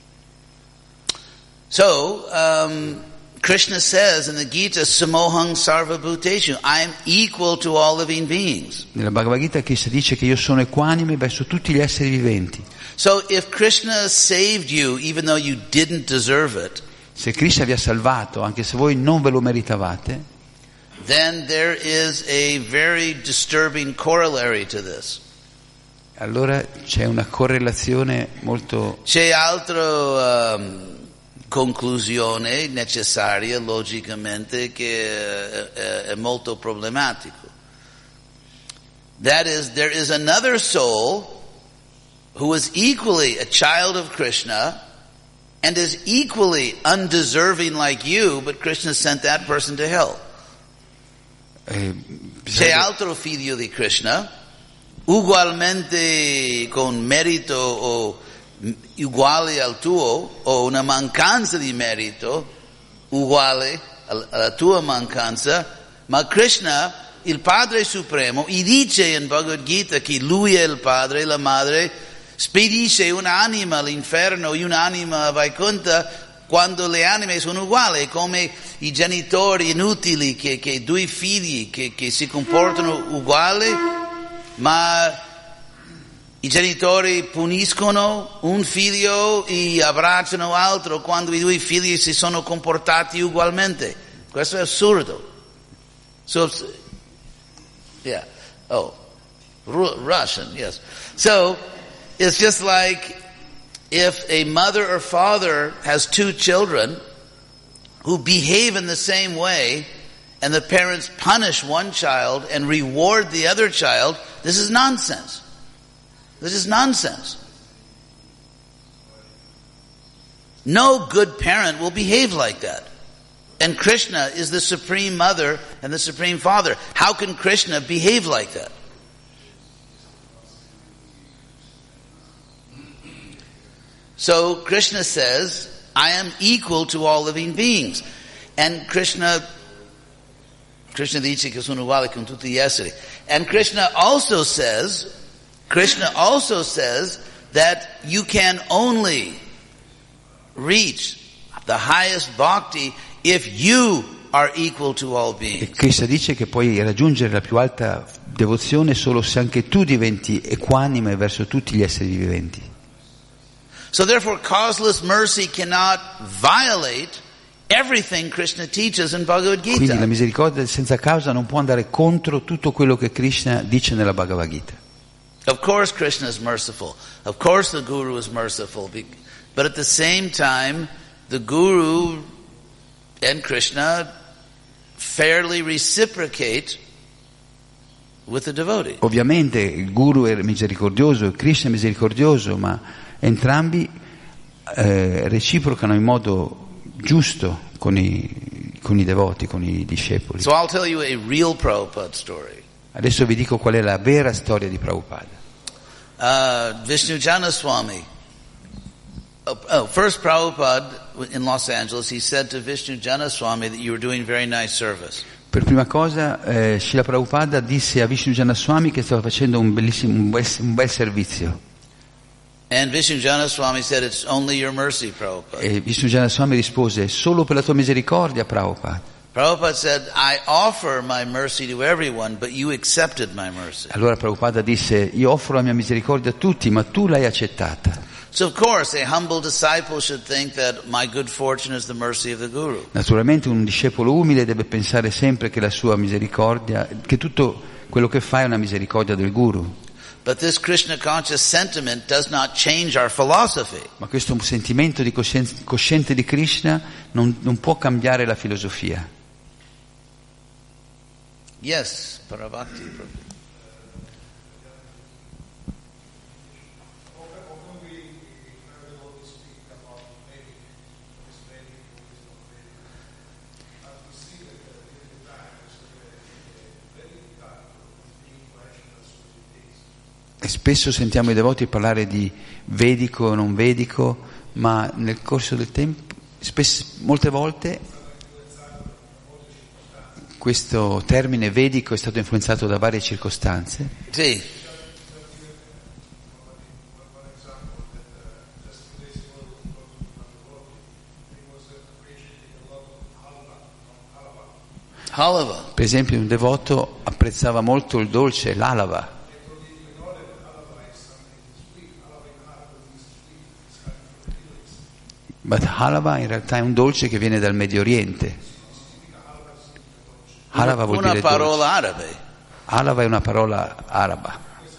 So, um, Krishna says in the Gita, Samohang Sarva Bhuteshu, I am equal to all living beings. Nella Bhagavad Gita Krishna dice che io sono equanime verso tutti gli esseri viventi. So if Krishna saved you even though you didn't deserve it, Se Krishna vi ha salvato, anche se voi non ve lo meritavate, then there is a very disturbing corollary to this. allora c'è una correlazione molto... C'è altra um, conclusione necessaria logicamente che è, è molto problematico. That is, there is another soul who is equally a child of Krishna and is equally undeserving like you, but Krishna sent that person to hell. Eh, C'è altro figlio di Krishna, ugualmente con merito o uguale al tuo, o una mancanza di merito uguale alla tua mancanza, ma Krishna, il Padre Supremo, gli dice in Bhagavad Gita che lui è il padre e la madre, spedisce un'anima all'inferno e un'anima a Vaikuntha quando le anime sono uguali, come i genitori inutili che, che due figli che, che si comportano uguali, ma i genitori puniscono un figlio e abbracciano altro quando i due figli si sono comportati ugualmente. Questo è assurdo. So, yeah. Oh, Ru- Russian, yes. So, it's just like if a mother or father has two children who behave in the same way and the parents punish one child and reward the other child, this is nonsense. This is nonsense. No good parent will behave like that. And Krishna is the Supreme Mother and the Supreme Father. How can Krishna behave like that? So Krishna says, I am equal to all living beings. And Krishna, Krishna dice che sono uguali con tutti gli esseri. And Krishna also says, Krishna also says that you can only reach the highest bhakti if you are equal to all beings. E Krishna dice che puoi raggiungere la più alta devozione solo se anche tu diventi equanime verso tutti gli esseri viventi. So therefore causeless mercy cannot violate everything Krishna teaches in Bhagavad Gita. Quindi la misericordia senza causa non può andare contro tutto quello che Krishna dice nella Bhagavad Gita. Of course Krishna is merciful. Of course the Guru is merciful. But at the same time, the Guru and Krishna fairly reciprocate with the devotee. Ovviamente il Guru è misericordioso, Krishna è misericordioso, ma entrambi eh, reciprocano in modo giusto con i, con i devoti, con i discepoli. So I'll tell you a real Prabhupada story. Adesso vi dico qual è la vera storia di Prabhupada. Uh, Vishnu Janaswami. Oh, oh, first Prabhupada in Los Angeles, he said to Vishnu Janaswami that you were doing very nice service. Per prima cosa, eh, Srila Prabhupada disse a Vishnu Janaswami che stava facendo un bellissimo, un bel, un bel servizio. And Vishnu Janaswami said, it's only your mercy, Prabhupada. E Vishnu Janaswami rispose, solo per la tua misericordia, Prabhupada. Prabhupada said, I offer my mercy to everyone, but you accepted my mercy. Allora Prabhupada disse, io offro la mia misericordia a tutti, ma tu l'hai accettata. So of course a humble disciple should think that my good fortune is the mercy of the Guru. Naturalmente un discepolo umile deve pensare sempre che la sua misericordia, che tutto quello che fa è una misericordia del Guru. But this Krishna conscious sentiment does not change our philosophy. Ma questo sentimento di coscienza, cosciente di Krishna non, non può cambiare la filosofia. Yes, Parabhakti Prabhu. E spesso sentiamo i devoti parlare di vedico o non vedico, ma nel corso del tempo, spesso, molte volte, questo termine vedico è stato influenzato da varie circostanze. Sì. Halava. Per esempio un devoto apprezzava molto il dolce, l'alava. But halava in realtà è un dolce che viene dal Medio Oriente. Halava vuol Una dire parola dolce. arabe. Halava è una parola araba.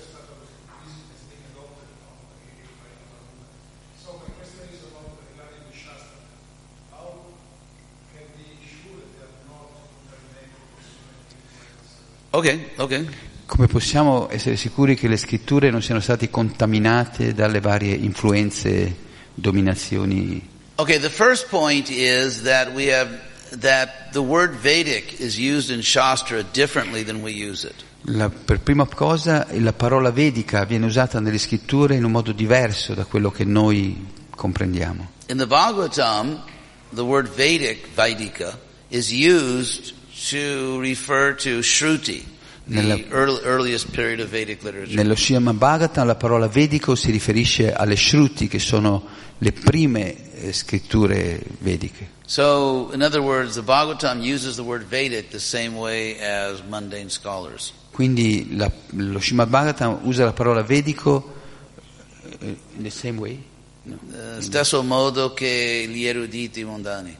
Ok, ok. Come possiamo essere sicuri che le scritture non siano state contaminate dalle varie influenze, dominazioni? Okay, the first point is that we have that the word Vedic is used in Shastra differently than we use it. La, per prima cosa, la parola vedica viene usata nelle scritture in un modo diverso da quello che noi comprendiamo. In the Bhagavatam, the word Vedic, Vaidika, is used to refer to Shruti, the Nella- early, earliest period of Vedic literature. Nello Srimad Bhagavatam la parola vedico si riferisce alle Shruti, che sono le prime eh, scritture vediche. So, in other words, the Bhagavatam uses the word Vedic the same way as mundane scholars. Quindi la, lo Srimad Bhagavatam usa la parola vedico eh, in the same way? No. Eh, stesso modo che gli eruditi mondani.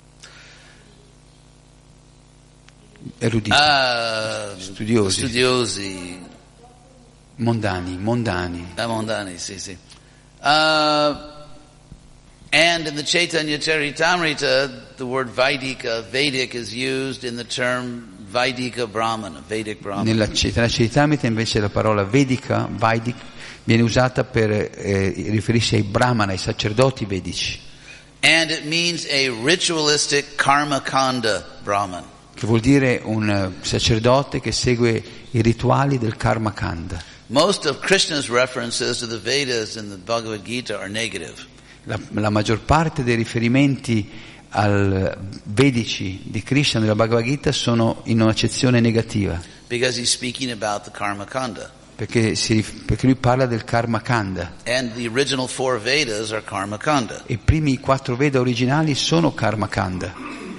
Eruditi, Ah, studiosi, studiosi, mondani, mondani. ah, mondani, sì, sì. Uh, and in the Chaitanya Charitamrita, the word Vaidika, Vedic, is used in the term Vaidika Brahmana, Vedic Brahmana. Nella Chaitanya Charitamrita invece la parola vedica, Vaidik, viene usata per eh, riferirsi ai brahmana, ai sacerdoti vedici, And it means a ritualistic karmakanda Brahman. che vuol dire un eh, sacerdote che segue i rituali del Karma Kanda. Most of Krishna's references to the Vedas in the Bhagavad Gita are negative. La, la maggior parte dei riferimenti al vedici di Krishna nella Bhagavad Gita sono in un'accezione negativa, Because he's speaking about the karmakanda. perché, si, perché lui parla del Karma Kanda. And the original four Vedas are karmakanda. I primi quattro Veda originali sono Karma Kanda.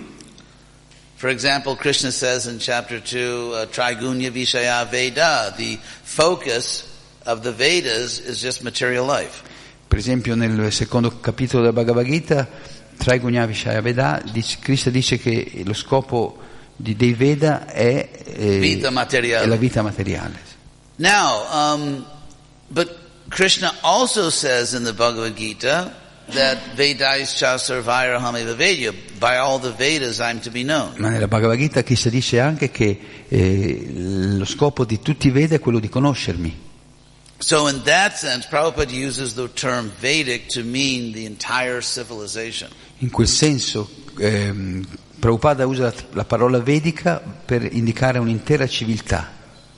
For example, Krishna says in chapter two, uh, Trigunya Vishaya Veda, the focus of the Vedas is just material life. Per esempio nel secondo capitolo della Bhagavad Gita, Trigunya Vishaya Veda, dice, Krishna dice che lo scopo di, dei Veda è, eh, Vita materiale. è la vita materiale. Now, um, but Krishna also says in the Bhagavad Gita that Vedaischa Sarvairahamiva Vedya, by all the Vedas I'm to be known. Ma nella Bhagavad Gita Krishna dice anche che eh, lo scopo di tutti i Veda è quello di conoscermi. So in that sense, Prabhupada uses the term Vedic to mean the entire civilization. In quel senso ehm, Prabhupada usa la, la parola vedica per indicare un'intera civiltà.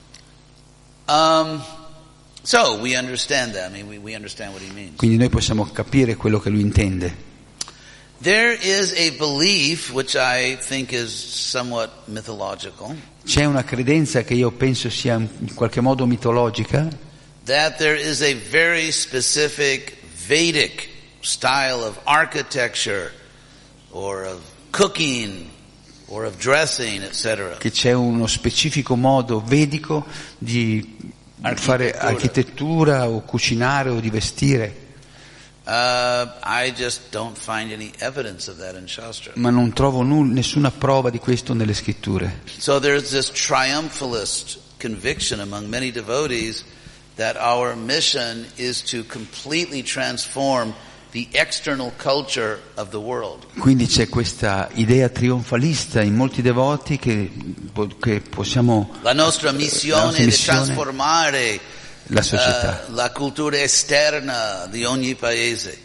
Um, so we understand that. I mean, we, we understand what he means. Quindi noi possiamo capire quello che lui intende. There is a belief, which I think is somewhat mythological, C'è una credenza che io penso sia in qualche modo mitologica, that there is a very specific Vedic style of architecture or of cooking or of dressing, et cetera. che c'è uno specifico modo vedico di fare Architettura. architettura o cucinare o di vestire, Uh, I just don't find any evidence of that in Shastra. ma non trovo null- nessuna prova di questo nelle scritture. So there's this triumphalist conviction among many devotees that our mission is to completely transform the external culture of the world. Quindi c'è questa idea trionfalista in molti devoti che, che possiamo La nostra la missione nostra è missione trasformare la società. uh, la cultura esterna di ogni paese.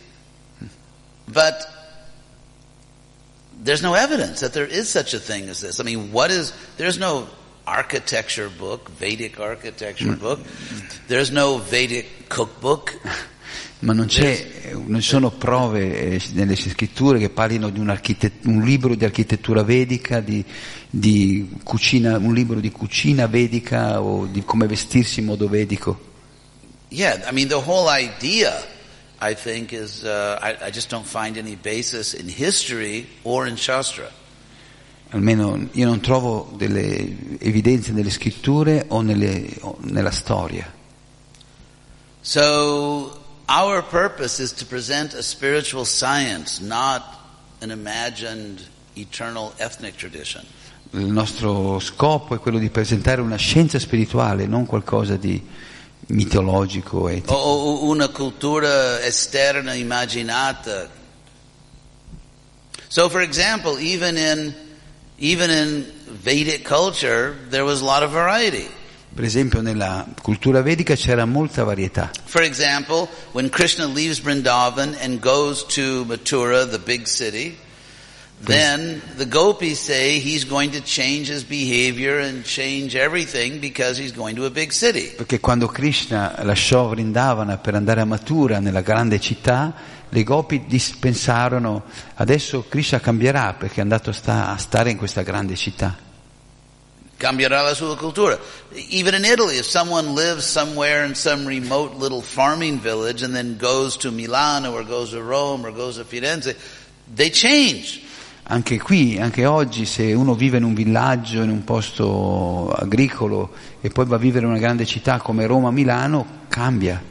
But there's no evidence that there is such a thing as this. I mean, what is, there's no architecture book, Vedic architecture book. There's no Vedic cookbook. Ma non c'è, non sono prove eh, nelle scritture che parlino di un, un libro di architettura vedica, di, di cucina, un libro di cucina vedica o di come vestirsi in modo vedico. Yeah, I mean the whole idea, I think, is uh, I, I just don't find any basis in history or in Shastra. Almeno io non trovo delle evidenze nelle scritture o, nelle, o nella storia. So our purpose is to present a spiritual science, not an imagined eternal ethnic tradition. Il nostro scopo è quello di presentare una scienza spirituale, non qualcosa di mitologico, etico. O una cultura esterna immaginata. So for example, even in even in Vedic culture, there was a lot of variety. Per esempio nella cultura vedica c'era molta varietà. For example, when Krishna leaves Vrindavan and goes to Mathura, the big city, then the gopis say he's going to change his behavior and change everything because he's going to a big city. Perché quando Krishna lasciò Vrindavana per andare a Mathura, nella grande città, le gopi pensarono adesso Krishna cambierà perché è andato sta, a stare in questa grande città. Cambierà la sua cultura. Even in Italy, if someone lives somewhere in some remote little farming village and then goes to Milano or goes to Rome or goes to Firenze, they change. Anche qui, anche oggi, se uno vive in un villaggio, in un posto agricolo e poi va a vivere in una grande città come Roma, Milano, cambia.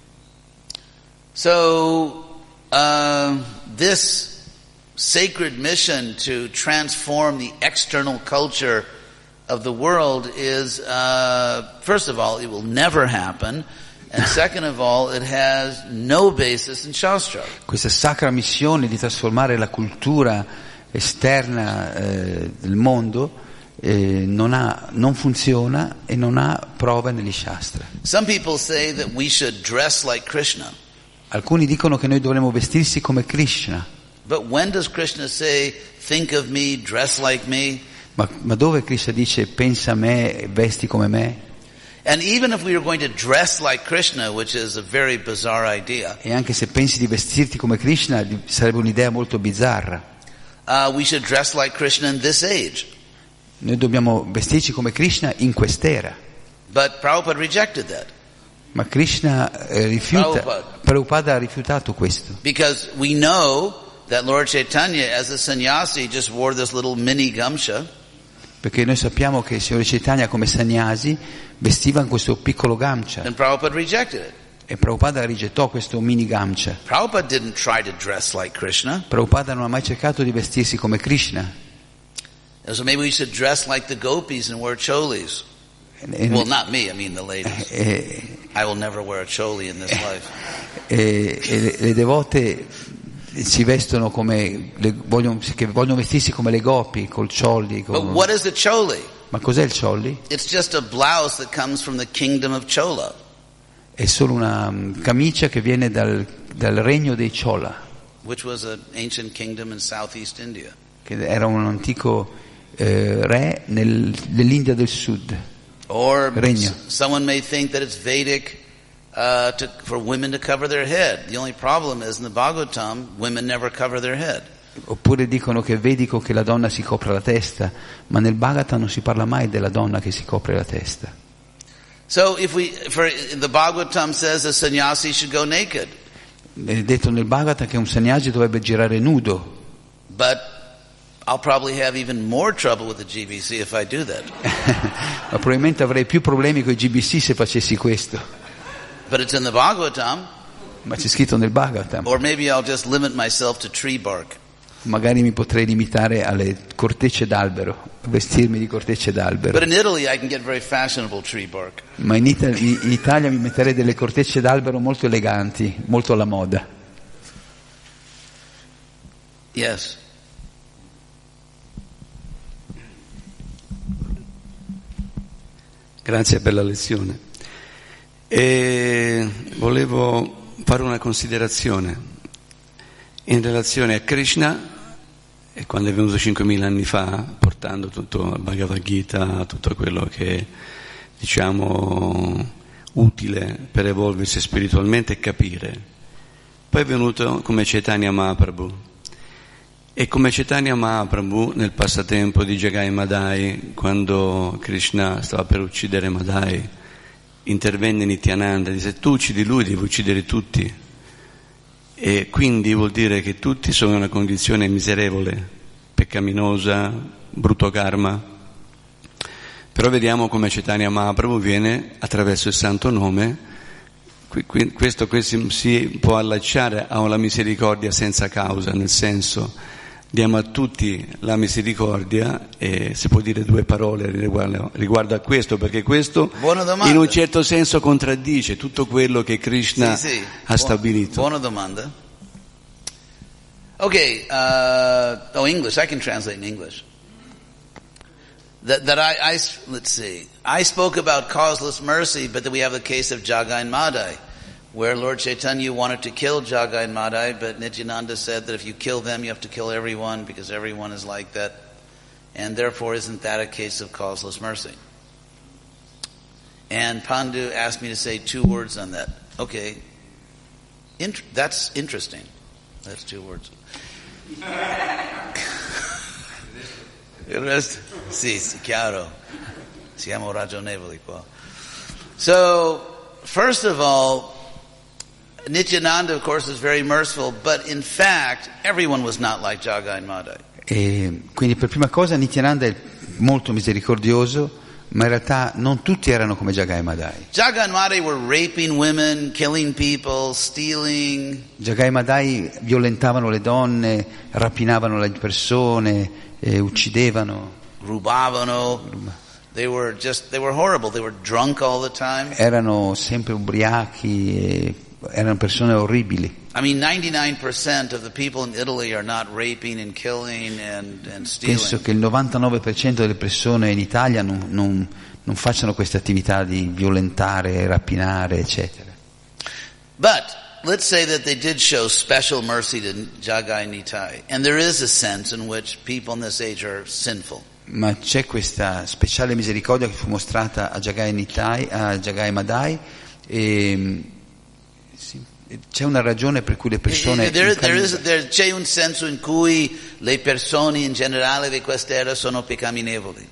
So, uh, this sacred mission to transform the external culture of the world is, uh, first of all, it will never happen, and second of all, it has no basis in Shastra. Questa sacra missione di trasformare la cultura esterna eh, del mondo eh, non ha, non funziona e non ha prove negli Shastra. Some people say that we should dress like Krishna. Alcuni dicono che noi dovremmo vestirsi come Krishna. But when does Krishna say, think of me, dress like me? Ma, ma dove Krishna dice pensa a me, vesti come me? And even if we were going to dress like Krishna, which is a very bizarre idea. E anche se pensi di vestirti come Krishna, sarebbe un'idea molto bizzarra. Uh, we should dress like Krishna in this age. Noi dobbiamo vestirci come Krishna in quest'era. But Prabhupada rejected that. Ma Krishna eh, rifiuta, Prabhupada. Prabhupada ha rifiutato questo. Because we know that Lord Chaitanya, as a sannyasi, just wore this little mini gamsha. Perché noi sappiamo che il Signore Chaitanya come sannyasi vestiva in questo piccolo gamcia. And Prabhupada rejected it. E Prabhupada rigettò questo mini gamcia. Prabhupada didn't try to dress like Krishna. Prabhupada non ha mai cercato di vestirsi come Krishna. And so maybe we should dress like the gopis and wear cholis. E, well, not me, I mean the ladies. E, I will never wear a choli in this life. E, e le, le devote si vestono come le, vogliono, che vogliono vestirsi come le gopi, col ciolli. Con... But what is the choli? Ma cos'è il ciolli? It's just a blouse that comes from the kingdom of Chola. È solo una camicia che viene dal, dal regno dei Chola, which was an ancient kingdom in Southeast India. Che era un antico eh, re nel, nell'India del Sud. Or regno. S- someone may think that it's Vedic uh, to, for women to cover their head. The only problem is in the Bhagavatam, women never cover their head. Oppure dicono che è vedico che la donna si copra la testa, ma nel Bhagavatam non si parla mai della donna che si copre la testa. So if we, for the Bhagavatam says a sannyasi should go naked. È detto nel Bhagavatam che un sannyasi dovrebbe girare nudo. But I'll probably have even more trouble with the G B C if I do that. Ma probabilmente avrei più problemi con i G B C se facessi questo. But it's in the Bhagavatam. Ma c'è scritto nel Bhagavatam. Or maybe I'll just limit myself to tree bark. Magari mi potrei limitare alle cortecce d'albero, vestirmi di cortecce d'albero. But in Italy I can get very fashionable tree bark. Ma in, Ita- in Italia mi metterei delle cortecce d'albero molto eleganti, molto alla moda. Yes. Grazie per la lezione. E volevo fare una considerazione in relazione a Krishna, e quando è venuto cinquemila anni fa, portando portando tutto il Bhagavad Gita, tutto quello che è, diciamo, utile per evolversi spiritualmente e capire. Poi è venuto come Chaitanya Mahaprabhu. E come Chaitanya Mahaprabhu nel passatempo di Jagai Madai, quando Krishna stava per uccidere Madai, intervenne Nityananda e disse: tu uccidi lui, devi uccidere tutti. E quindi vuol dire che tutti sono in una condizione miserevole, peccaminosa, brutto karma. Però vediamo come Chaitanya Mahaprabhu viene attraverso il santo nome. Questo, questo si può allacciare a una misericordia senza causa, nel senso diamo a tutti la misericordia, e si può dire due parole riguardo, riguardo a questo, perché questo in un certo senso contraddice tutto quello che Krishna sì, sì. ha stabilito. Buona domanda. Ok, uh, oh English, I can translate in English. That, that I, I, let's see, I spoke about causeless mercy, but then we have the case of Jagai and Madai, where Lord Chaitanya wanted to kill Jagai and Madai, but Nityananda said that if you kill them, you have to kill everyone, because everyone is like that, and therefore isn't that a case of causeless mercy? And Pandu asked me to say two words on that. Okay, Int- that's interesting. That's two words. Il resto? Sì, sì, chiaro. Siamo ragionevoli qua. So, first of all, Nityananda, of course, is very merciful, but in fact, everyone was not like Jagai and Madai. E quindi per prima cosa Nityananda è molto misericordioso, ma in realtà non tutti erano come Jagai e Madai. Jagai and Madai were raping women, killing people, stealing. Jagai e Madai violentavano le donne, rapinavano le persone, eh, uccidevano. Rubavano. They were just they were horrible. They were drunk all the time. Erano sempre ubriachi, e erano persone orribili. I mean, ninety-nine percent of the people in Italy are not raping and killing and, and stealing. Penso che il novantanove per cento delle persone in Italia non, non, non facciano queste attività di violentare, rapinare, eccetera. But let's say that they did show special mercy to Jagai and Nitai, and there is a sense in which people in this age are sinful. Ma c'è questa speciale misericordia che fu mostrata a Jagai e Nitai, a Jagai e Madai, e sì, c'è una ragione per cui le persone there, there is, there, c'è un senso in cui le persone in generale di questa era sono peccaminevoli.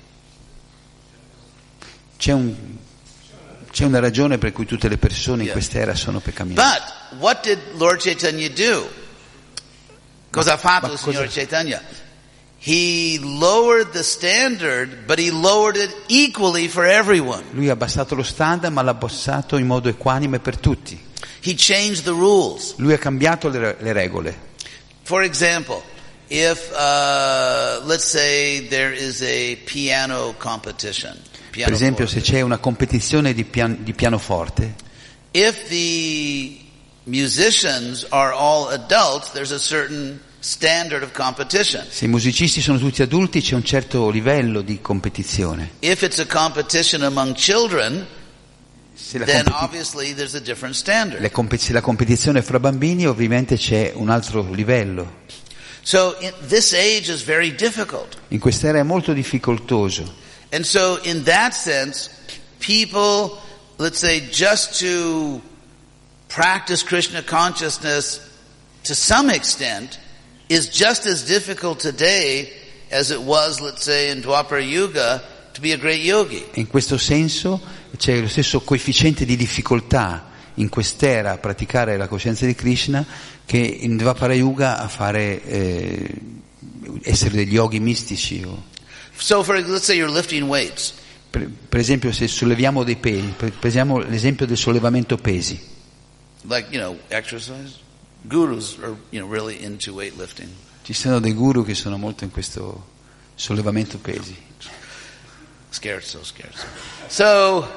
C'è, un, c'è una ragione per cui tutte le persone in yeah. questa era sono peccaminevoli. But what did Lord Chaitanya do? Cosa ha fatto il Signor Chaitanya? He lowered the standard, but he lowered it equally for everyone. Lui ha abbassato lo standard, ma l'ha abbassato in modo equanime per tutti. He changed the rules. Lui ha cambiato le, le regole. For example, if uh, let's say there is a piano competition. Piano per esempio, forte. Se c'è una competizione di, pian, di pianoforte. If the musicians are all adults, there's a certain standard of competition. Se i musicisti sono tutti adulti, c'è un certo livello di competizione. If it's a competition among children, se la, then competi- obviously there's a different standard. Le comp- se la competizione fra bambini, ovviamente c'è un altro livello. So in, this age is very difficult. In quest'era è molto difficoltoso. And so in that sense, people, let's say, just to practice Krishna consciousness to some extent is just as difficult today as it was, let's say, in Dwapara Yuga to be a great yogi. In questo senso c'è lo stesso coefficiente di difficoltà in quest'era a praticare la coscienza di Krishna che in Dwapara Yuga a fare eh, essere degli yogi mistici. O... So for let's say you're lifting weights. Per, per esempio se solleviamo dei pesi, prendiamo l'esempio del sollevamento pesi. Like, you know, exercise. Gurus are, you know, really into weightlifting. Ci sono dei guru che sono molto in questo sollevamento pesi. Scherzo, scherzo. So,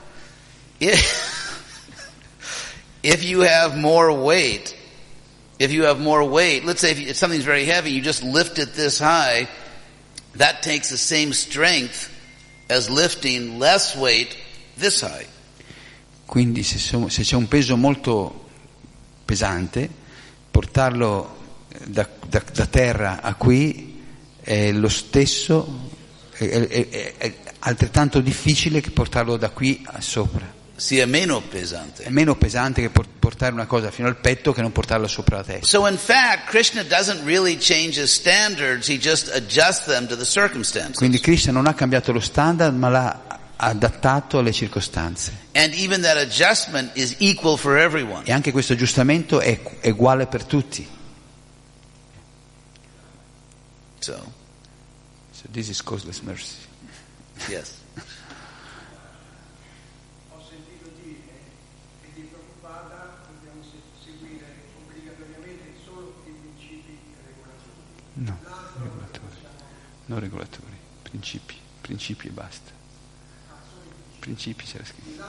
if, if you have more weight, if you have more weight, let's say if, you, if something's very heavy, you just lift it this high, that takes the same strength as lifting less weight this high. Quindi se, so, se c'è un peso molto pesante, portarlo da, da, da terra a qui è lo stesso è, è, è, è altrettanto difficile che portarlo da qui a sopra. sia meno pesante. È meno pesante che portare una cosa fino al petto che non portarla sopra la testa. So in fact, Krishna doesn't really change his standards, he just adjusts them to the circumstances. Quindi Krishna non ha cambiato lo standard, ma l'ha adattato alle circostanze. And even that adjustment is equal for everyone. E anche questo aggiustamento è, è uguale per tutti. So, so this is causeless mercy. Yes. No, regolatori, non regolatori, principi, principi e basta. Principi c'era scritto.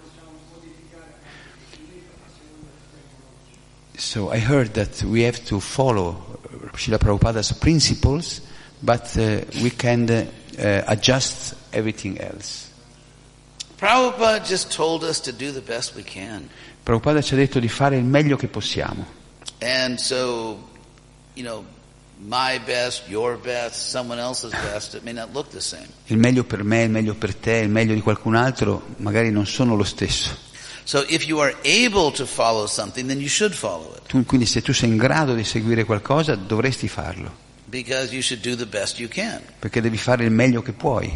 So I heard that we have to follow Srila Prabhupada's principles, but uh, we can uh, adjust everything else. Prabhupada just told us to do the best we can. Prabhupada ci ha detto di fare il meglio che possiamo. And so, you know, my best, your best, someone else's best, it may not look the same. Il meglio per me, il meglio per te, il meglio di qualcun altro magari non sono lo stesso. So if you are able to follow something, then you should follow it. Tu, quindi se tu sei in grado di seguire qualcosa, dovresti farlo. Because you should do the best you can. Perché devi fare il meglio che puoi.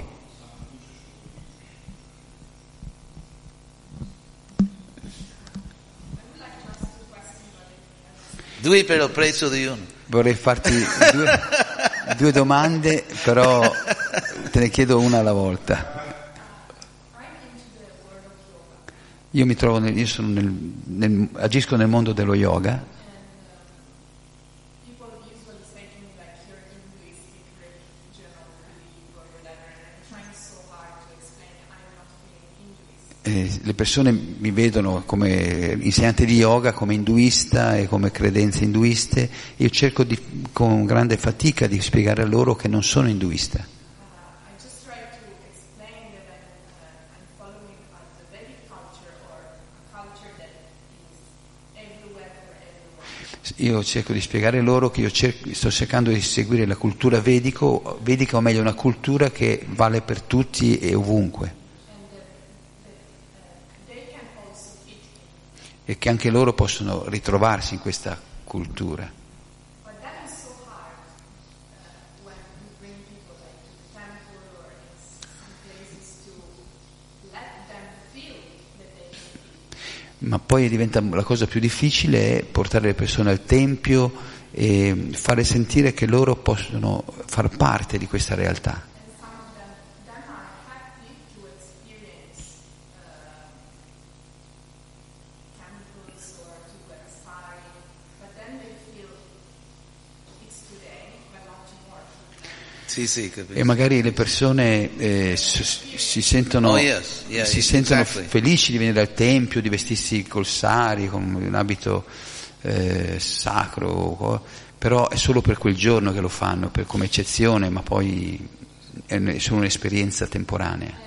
Due per il prezzo di uno. Vorrei farti due, due domande, però te ne chiedo una alla volta. Io mi trovo nel, io sono nel, nel, agisco nel mondo dello yoga. E le persone mi vedono come insegnante di yoga, come induista e come credenze induiste. Io cerco di, con grande fatica di spiegare a loro che non sono induista. Io cerco di spiegare loro che io cerco, sto cercando di seguire la cultura vedico, vedica o meglio una cultura che vale per tutti e ovunque. E che anche loro possono ritrovarsi in questa cultura. Ma poi diventa la cosa più difficile è portare le persone al tempio e fare sentire che loro possono far parte di questa realtà. Sì, sì, e magari le persone eh, si, si sentono, oh, yes. yeah, si sentono exactly. felici di venire al tempio, di vestirsi col sari, con un abito eh, sacro, però è solo per quel giorno che lo fanno, per, come eccezione, ma poi è solo un'esperienza temporanea.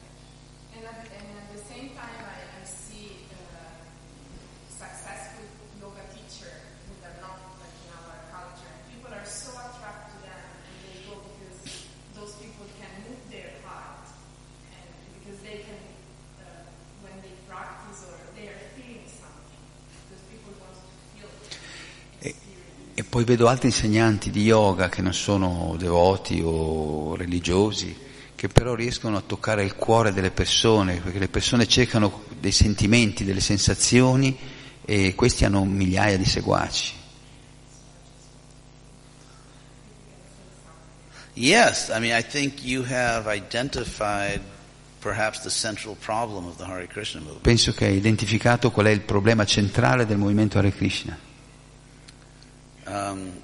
E poi vedo altri insegnanti di yoga che non sono devoti o religiosi, che però riescono a toccare il cuore delle persone, perché le persone cercano dei sentimenti, delle sensazioni, e questi hanno migliaia di seguaci. Yes, I mean I think you have identified perhaps the central problem of the Hare Krishna movement. Penso che hai identificato qual è il problema centrale del movimento Hare Krishna. Um,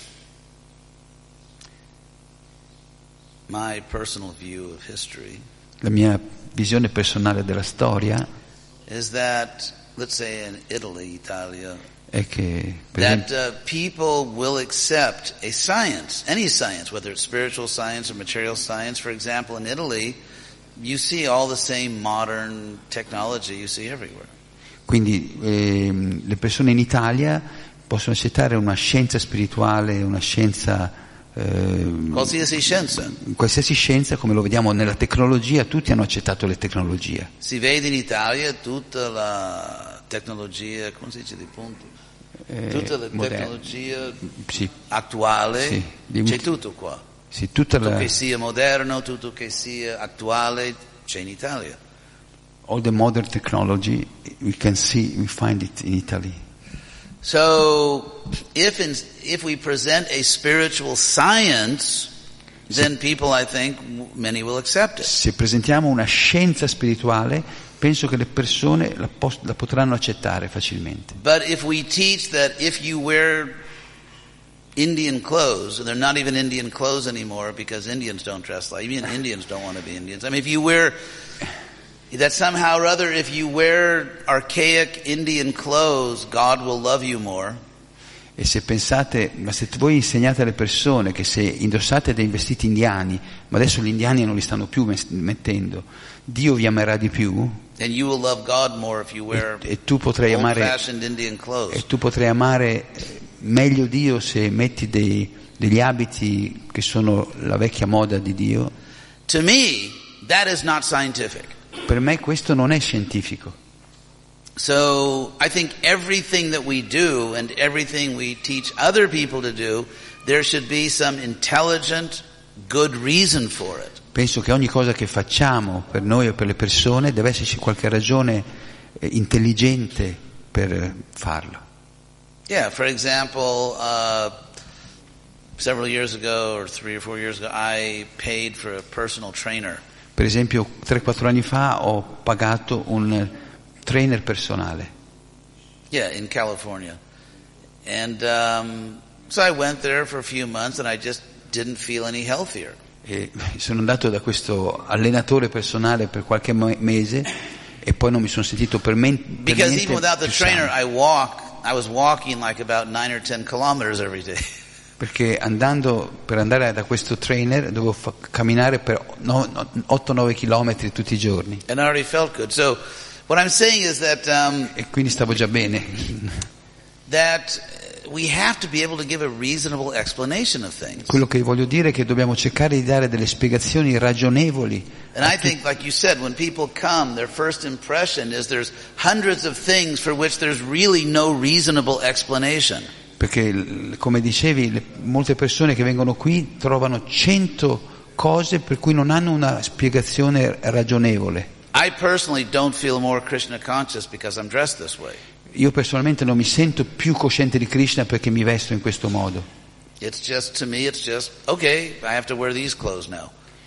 my personal view of history La mia visione personale della storia is that, let's say in Italy, Italia, è che per that esempio, uh, people will accept a science, any science, whether it's spiritual science or material science. For example, in Italy, you see all the same modern technology you see everywhere. quindi ehm, le persone in Italia possono accettare una scienza spirituale, una scienza eh, qualsiasi scienza. in qualsiasi scienza, come lo vediamo nella tecnologia, tutti hanno accettato le tecnologie. Si vede in Italia tutta la tecnologia, come si dice di punto? Eh, Tutta la moderna. tecnologia Sì, attuale, Sì, di- c'è tutto qua. sì, tutta Tutto la, che sia moderno, tutto che sia attuale, c'è in Italia. all the modern technology we can see, we find it in Italy. So, if in, if we present a spiritual science, then people, I think, many will accept it. Se presentiamo una scienza spirituale, penso che le persone la, pos- la potranno accettare facilmente. But if we teach that if you wear Indian clothes, and they're not even Indian clothes anymore because Indians don't dress like, even Indians don't want to be Indians. I mean, if you wear, that somehow or other, if you wear archaic Indian clothes, God will love you more. E se pensate, ma se voi insegnate alle persone che se indossate dei vestiti indiani, ma adesso gli indiani non li stanno più mes- mettendo, Dio vi amerà di più, And you will love God more if you wear e, e tu potrai amare, old-fashioned Indian clothes. e tu potrai amare meglio Dio se metti dei, degli abiti che sono la vecchia moda di Dio. To me, that is not scientific. Per me questo non è scientifico. So I think everything that we do and everything we teach other people to do, there should be some intelligent, good reason for it. Penso che ogni cosa che facciamo per noi o per le persone deve esserci qualche ragione eh, intelligente per farlo. Yeah, for example, uh, several years ago or three or four years ago, I paid for a personal trainer. Per esempio, tre quattro anni fa ho pagato un trainer personale. Yeah, in California. And um, so I went there for a few months and I just didn't feel any healthier. E sono andato da questo allenatore personale per qualche mo- mese e poi non mi sono sentito per, men- per Because niente even without the più trainer, sano. I walk, I was walking like about nine or ten kilometers every day. Perché andando, per andare da questo trainer dovevo fa- camminare per no, no, otto nove chilometri tutti i giorni. And I already felt good. So what I'm saying is that um, E quindi stavo già bene. that we have to be able to give a reasonable explanation of things. Quello che voglio dire è che dobbiamo cercare di dare delle spiegazioni ragionevoli. And I think, like you said, when people come, their first impression is there's hundreds of things for which there's really no reasonable explanation. Perché, come dicevi, le, molte persone che vengono qui trovano cento cose per cui non hanno una spiegazione ragionevole. I personally don't feel more Krishna conscious because I'm dressed this way. Io personalmente non mi sento più cosciente di Krishna perché mi vesto in questo modo. It's just, to me, it's just, okay, I have to wear these clothes now.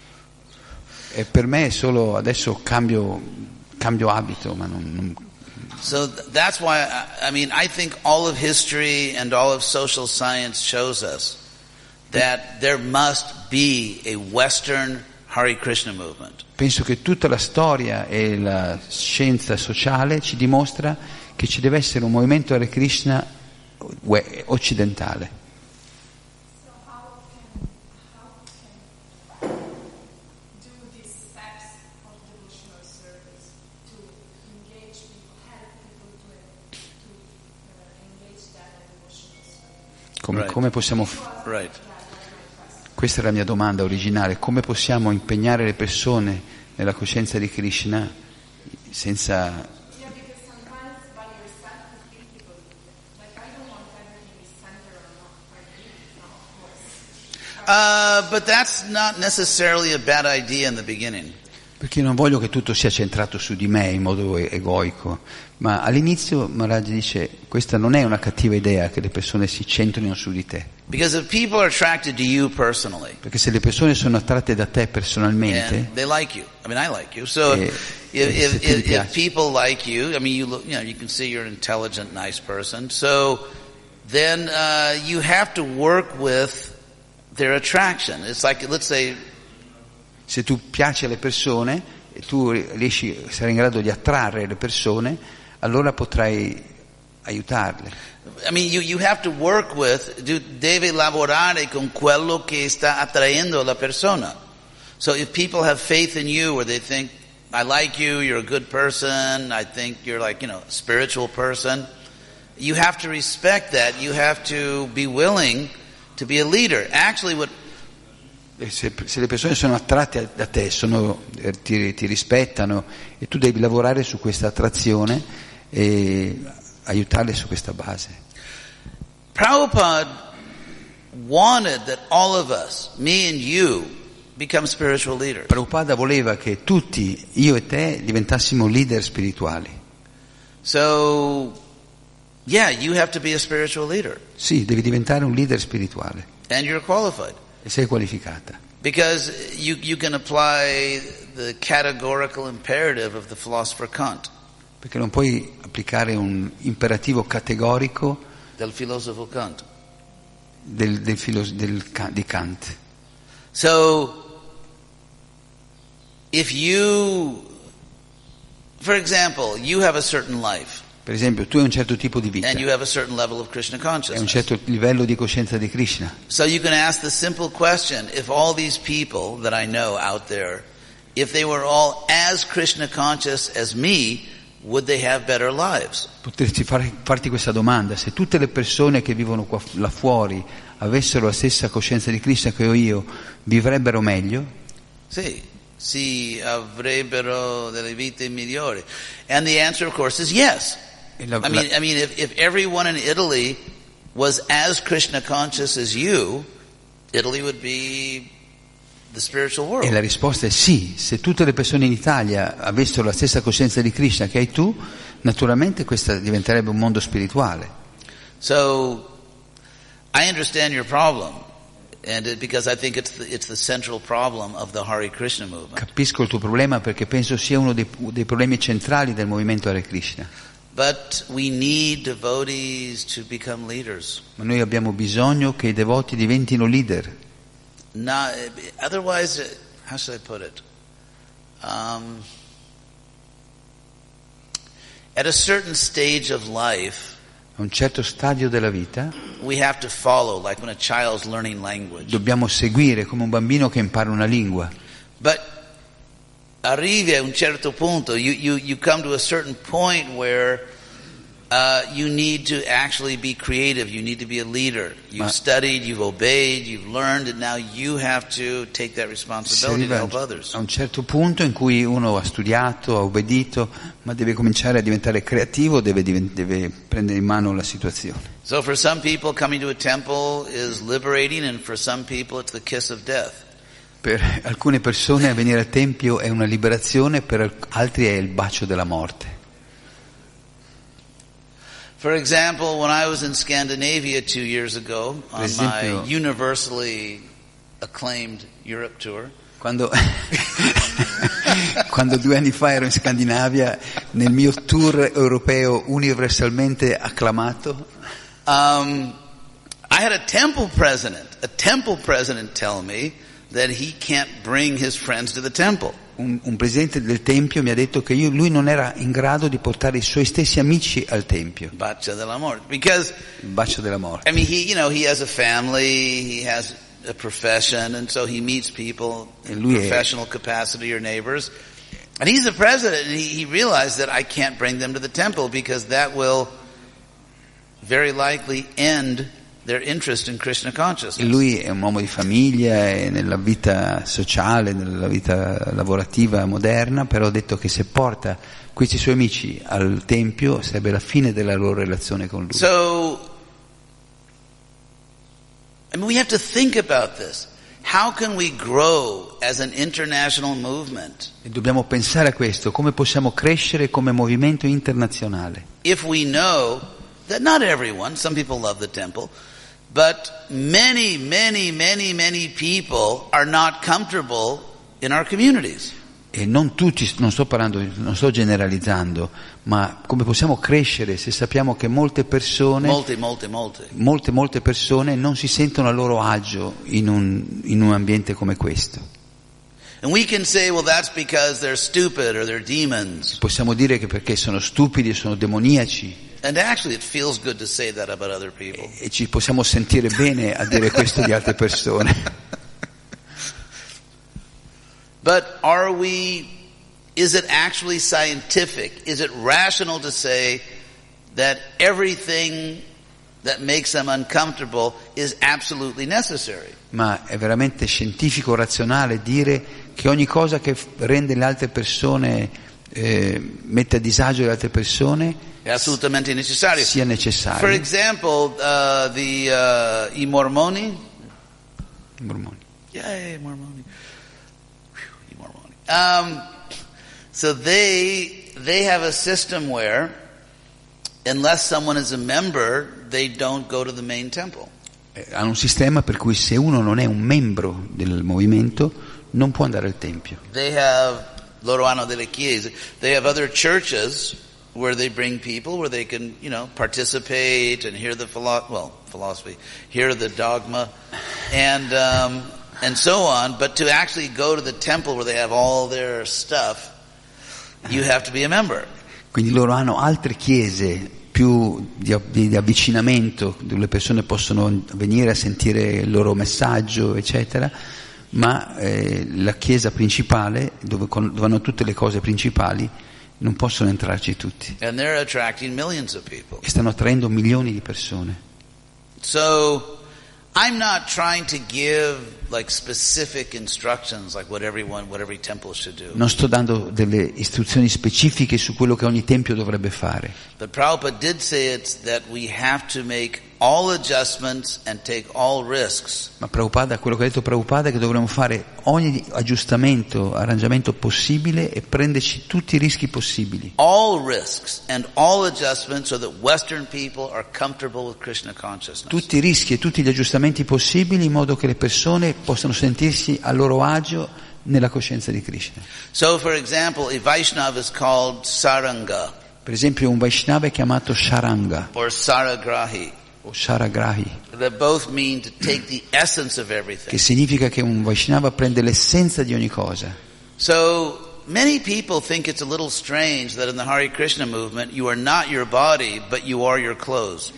E per me è solo adesso cambio, cambio abito, ma non, non... So th- that's why, I, I mean, I think all of history and all of social science shows us that there must be a Western Hare Krishna movement. Penso che tutta la storia e la scienza sociale ci dimostra che ci deve essere un movimento Hare Krishna ue- occidentale. So how can, how can do these steps of devotional service to engage people, help people to, to uh, engage that in devotional service? Come, Right. come possiamo f- Right. Questa è la mia domanda originale: come possiamo impegnare le persone nella coscienza di Krishna senza... Yeah, because sometimes by yourself you feel people, like I don't want everything is centered on not forgiving, no, of course. Uh, but that's not necessarily a bad idea in the beginning. Perché non voglio che tutto sia centrato su di me in modo e- egoico, ma all'inizio Maharaj dice: questa non è una cattiva idea che le persone si centrino su di te, Because if people are attracted to you personally, perché se le persone sono attratte da te and personalmente, they like you, I mean, I like you. So Eh, if, eh, if, se ti if, if piace. people like you, I mean, you look, you know, you can see you're an intelligent, nice person. So then uh, you have to work with their attraction. It's like, let's say, se tu piaci alle persone e tu riesci, sarai in grado di attrarre le persone, allora potrai aiutarle. I mean, you, you have to work with, tu devi lavorare con quello che sta attraendo la persona. So if people have faith in you, or they think, I like you, you're a good person, I think you're like, you know, a spiritual person, you have to respect that. You have to be willing to be a leader. Actually what E se, se le persone sono attratte da te, sono, eh, ti, ti rispettano, e tu devi lavorare su questa attrazione e aiutarle su questa base. Prabhupada wanted that all of us, me and you, become spiritual leaders. Prabhupada voleva che tutti, io e te, diventassimo leader spirituali. So, yeah, you have to be a spiritual leader. Sì, devi diventare un leader spirituale. And you're qualified. E sei qualificata. Because you, you can apply the categorical imperative of the philosopher Kant. Perché non puoi applicare un imperativo categorico Del filosofo Kant. del, del filo, del, di Kant. So, if you, for example, you have a certain life. Per esempio, tu hai un certo tipo di vita And you have a certain level of Krishna e un consciousness. certo livello di coscienza di Krishna. So you can ask the simple question, if all these people that I know out there, if they were all as Krishna conscious as me, would they have better lives? Potresti far, farti questa domanda: se tutte le persone che vivono qua là fuori avessero la stessa coscienza di Krishna che ho io, vivrebbero meglio? Sì, si avrebbero delle vite migliori. And the answer of course is yes. E la, I mean, I mean, if, if everyone in Italy was as Krishna conscious as you, Italy would be the spiritual world. E la risposta è sì. Se tutte le persone in Italia avessero la stessa coscienza di Krishna che hai tu, naturalmente questa diventerebbe un mondo spirituale. So, I understand your problem, and it, because I think it's the, it's the central problem of the Hare Krishna movement. Capisco il tuo problema perché penso sia uno dei, dei problemi centrali del movimento Hare Krishna. But we need devotees to become leaders. Ma noi abbiamo bisogno che i devoti diventino leader. Not, otherwise, how should I put it? Um, at a certain stage of life, A un certo stadio della vita we have to follow, like when a child's learning language. dobbiamo seguire come un bambino che impara una lingua. But arrivi a un certo punto, you, you, you come to a certain point where uh, you need to actually be creative, you need to be a leader. You've Ma- studied, you've obeyed, you've learned, and now you have to take that Si responsibility to arriva help others. a un certo punto in cui uno ha studiato, ha obbedito, ma deve cominciare a diventare creativo, deve, diven- deve prendere in mano la situazione. So for some people, coming to a temple is liberating, and for some people it's the kiss of death. Per alcune persone venire al Tempio è una liberazione, per al- altri è il bacio della morte. For example, when I was in Scandinavia two years ago on esempio- my universally acclaimed Europe tour, Quando, quando due anni fa ero in Scandinavia, nel mio tour europeo universalmente acclamato, um, I had a temple president, a temple president tell me that he can't bring his friends to the temple. un, un presidente del Tempio mi ha detto che io, lui non era in grado di portare i suoi stessi amici al Tempio. Bacia dell'amore. Because, Il bacio della morte. I mean, he, you know, he has a family, he has a profession, and so he meets people in Lui è- professional capacity or neighbors. And he's the president, and he, he realized that I can't bring them to the temple because that will very likely end their interest in Krishna E consciousness. lui è un uomo di famiglia e nella vita sociale, nella vita lavorativa moderna, però ha detto che se porta questi suoi amici al Tempio sarebbe la fine della loro relazione con lui. So, I mean, we have to think about this. How can we grow as an international movement E dobbiamo pensare a questo, come possiamo crescere come movimento internazionale, if we know that not everyone, some people love the temple, but many, many, many, many people are not comfortable in our communities. e non tutti, non sto parlando, non sto generalizzando, ma come possiamo crescere se sappiamo che molte persone, Multi, multi, multi. molte molte persone non si sentono a loro agio in un, in un ambiente come questo. And we can say, well, that's because they're stupid or they're demons. Possiamo dire che perché sono stupidi, sono demoniaci, And actually it feels good to say that about other people. e ci possiamo sentire bene a dire questo di altre persone. But are we, is it actually scientific? Is it rational to say that everything that makes them uncomfortable is absolutely necessary. Ma è veramente scientifico, razionale dire che ogni cosa che f- rende le altre persone, eh, mette a disagio le altre persone, È assolutamente necessario. sia For necessario. example, uh, the uh, i Mormoni. I mormoni. Yay, Mormoni. Whew, i Mormoni. Um, so they they have a system where, unless someone is a member, they don't go to the main temple. Eh, Hanno un sistema per cui se uno non è un membro del movimento non può andare al tempio. They have loro hanno delle chiese. They have other churches where they bring people where they can, you know, participate and hear the philo- well philosophy, hear the dogma, and um, and so on. But to actually go to the temple where they have all their stuff, you have to be a member. Quindi loro hanno altre chiese più di, di, di avvicinamento, dove le persone possono venire a sentire il loro messaggio, eccetera, ma eh, la chiesa principale, dove, con, dove hanno tutte le cose principali, non possono entrarci tutti. And they're attracting millions of people. E stanno attraendo milioni di persone. So I'm not trying to give like specific instructions like what everyone, what every temple should do. Non sto dando delle istruzioni specifiche su quello che ogni tempio dovrebbe fare. But Prabhupada did say it's that we have to make all adjustments and take all risks. Ma Prabhupada, quello che ha detto Prabhupada è che dovremmo fare ogni aggiustamento, arrangiamento possibile e prenderci tutti i rischi possibili. All risks and all adjustments so that Western people are comfortable with Krishna consciousness. Tutti i rischi e tutti gli aggiustamenti possibili in modo che le persone possano sentirsi a loro agio nella coscienza di Krishna. So for example, a Vaishnava is called Saranga Per esempio un Vaishnava è chiamato Sharanga or Saragrahi, o Sharagrahi, that both mean to take the essence of everything. che significa che un Vaishnava prende l'essenza di ogni cosa. So many people think it's a little strange that in the Hare Krishna movement you are not your body, but you are your clothes.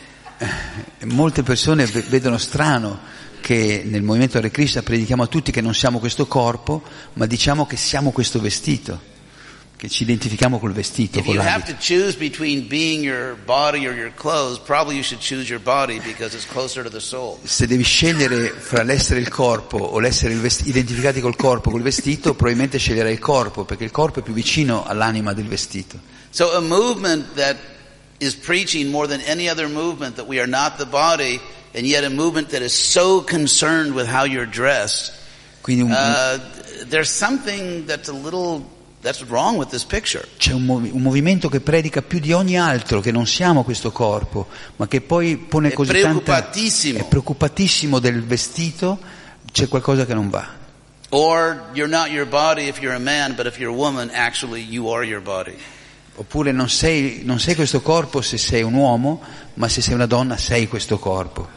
E molte persone v- vedono strano che nel movimento Hare Krishna predichiamo a tutti che non siamo questo corpo, ma diciamo che siamo questo vestito, che ci identifichiamo col vestito, If con you have l'abito. to choose between being your body or your clothes, probably you should choose your body because it's closer to the soul. Se devi scegliere fra l'essere il corpo o l'essere il vesti- identificati col corpo, col vestito, probabilmente sceglierai il corpo, perché il corpo è più vicino all'anima del vestito. So a movement that is preaching more than any other movement that we are not the body, and yet a movement that is so concerned with how you're dressed, Quindi un, uh, there's something that's a little, that's wrong with this picture. c'è un, movi- un movimento che predica più di ogni altro che non siamo questo corpo, ma che poi pone È così tanta... preoccupatissimo. È preoccupatissimo del vestito, c'è qualcosa che non va. Or you're not your body if you're a man, but if you're a woman, actually you are your body. Oppure non sei, non sei questo corpo se sei un uomo, ma se sei una donna sei questo corpo.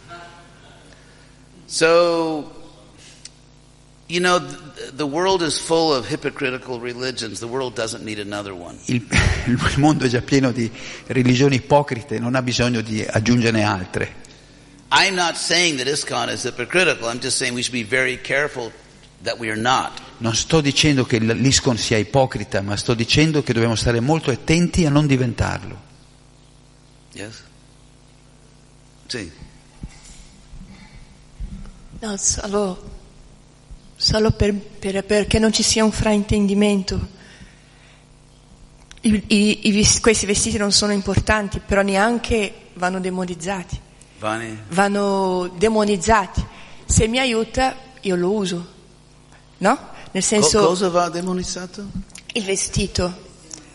So, you know, th- the world is full of hypocritical religions. The world doesn't need another one. Il, il mondo è già pieno di religioni ipocrite, non ha bisogno di aggiungerne altre. I'm not saying that ISKCON is hypocritical. I'm just saying we should be very careful that we are not. Non sto dicendo che l'ISKCON sia ipocrita, ma sto dicendo che dobbiamo stare molto attenti a non diventarlo. Yes? Sì. No, solo, solo per, per- perché non ci sia un fraintendimento. I- i- i ves- questi vestiti non sono importanti, però neanche vanno demonizzati. Vani? Vanno demonizzati. Se mi aiuta, io lo uso. No? Nel Co- senso, cosa va demonizzato? il vestito.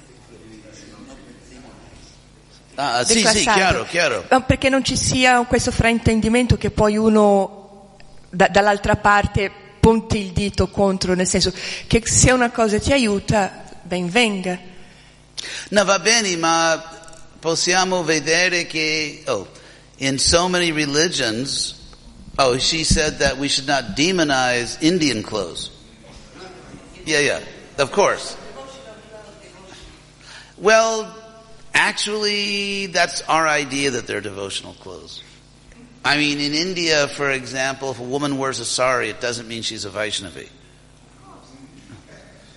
Ah, sì, sì, declassato. chiaro, chiaro. No, perché non ci sia questo fraintendimento che poi uno da- dall'altra parte punti il dito contro, nel senso che se una cosa ti aiuta, ben venga. No, va bene, ma possiamo vedere che, oh, in so many religions, oh, she said that we should not demonize Indian clothes. Yeah, yeah, of course. Well, actually, that's our idea that they're devotional clothes. I mean, in India, for example, if a woman wears a sari, it doesn't mean she's a Vaishnavi.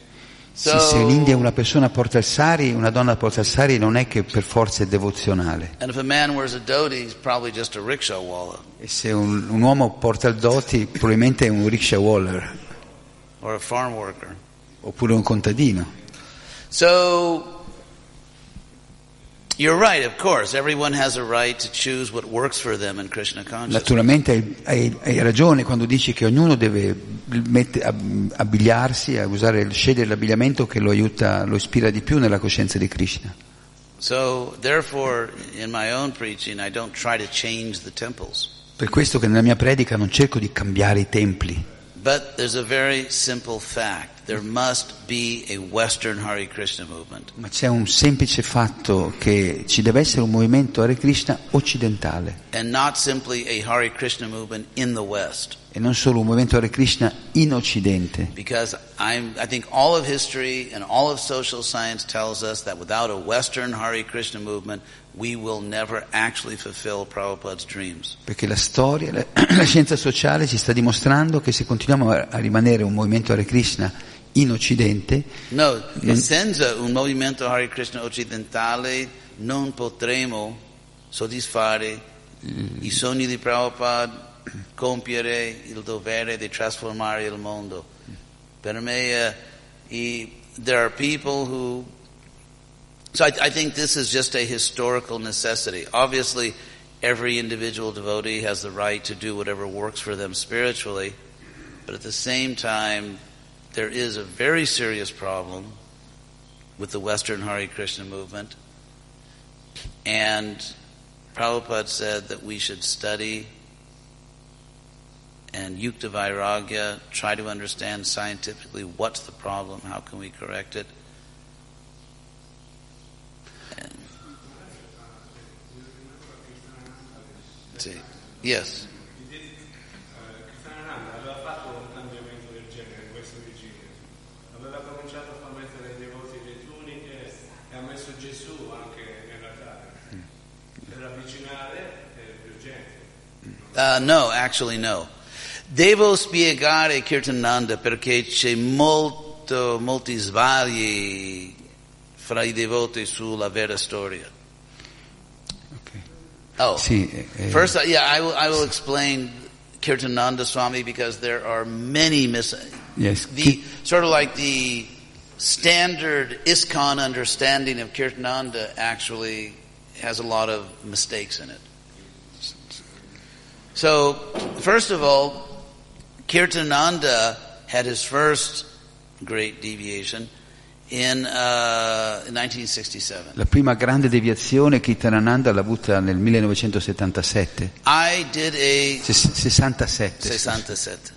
So, se, se in India una persona porta il sari, una donna porta il sari, non è che per forza è devozionale. And if a man wears a dhoti, he's probably just a rickshawala. E se un, un uomo porta il dhoti, probabilmente è un rickshawaller. Or a farm worker. Oppure un contadino. So, you're right, of course. Everyone has a right to choose what works for them in Krishna consciousness. Naturalmente hai, hai, hai ragione quando dici che ognuno deve mette, ab, abbigliarsi, a usare, scegliere l'abbigliamento che lo aiuta, lo ispira di più nella coscienza di Krishna. So, therefore, in my own preaching, I don't try to change the temples. Per questo che nella mia predica non cerco di cambiare i templi. But there's a very simple fact. There must be a Western Hare Krishna movement. Ma c'è un semplice fatto, che ci deve essere un movimento Hare Krishna occidentale. And not simply a Hare Krishna movement in the West. E non solo un movimento Hare Krishna in Occidente. Because I'm, I think all of history and all of social science tells us that without a Western Hare Krishna movement, we will never actually fulfill Prabhupada's dreams. Perché la storia, la, la scienza sociale ci sta dimostrando che se continuiamo a, a rimanere un movimento Hare Krishna in Occidente, No, non, senza un movimento Hare Krishna occidentale non potremo soddisfare i sogni di Prabhupada, compiere il dovere di trasformare il mondo. Per me, uh, i, there are people who... So I, I think this is just a historical necessity. Obviously, every individual devotee has the right to do whatever works for them spiritually, but at the same time, there is a very serious problem with the Western Hare Krishna movement. And Prabhupada said that we should study and Yukta Vairagya, try to understand scientifically what's the problem, how can we correct it. And, see, yes. Uh, no, actually no. Devo spiegare Kirtananda perché c'è molto, molti sbagli fra i devoti sulla vera storia. Okay. Oh, sì, eh, first, uh, yeah, I will, I will explain Kirtananda Swami because there are many mis. Yes. The sort of like the standard ISKCON understanding of Kirtananda actually has a lot of mistakes in it. So, first of all, Kirtananda had his first great deviation in, uh, in nineteen sixty-seven. La prima grande deviazione Kirtananda l'ha avuta nel millenovecentosettantasette. I did a... Ses- sessantasette. sessantasette.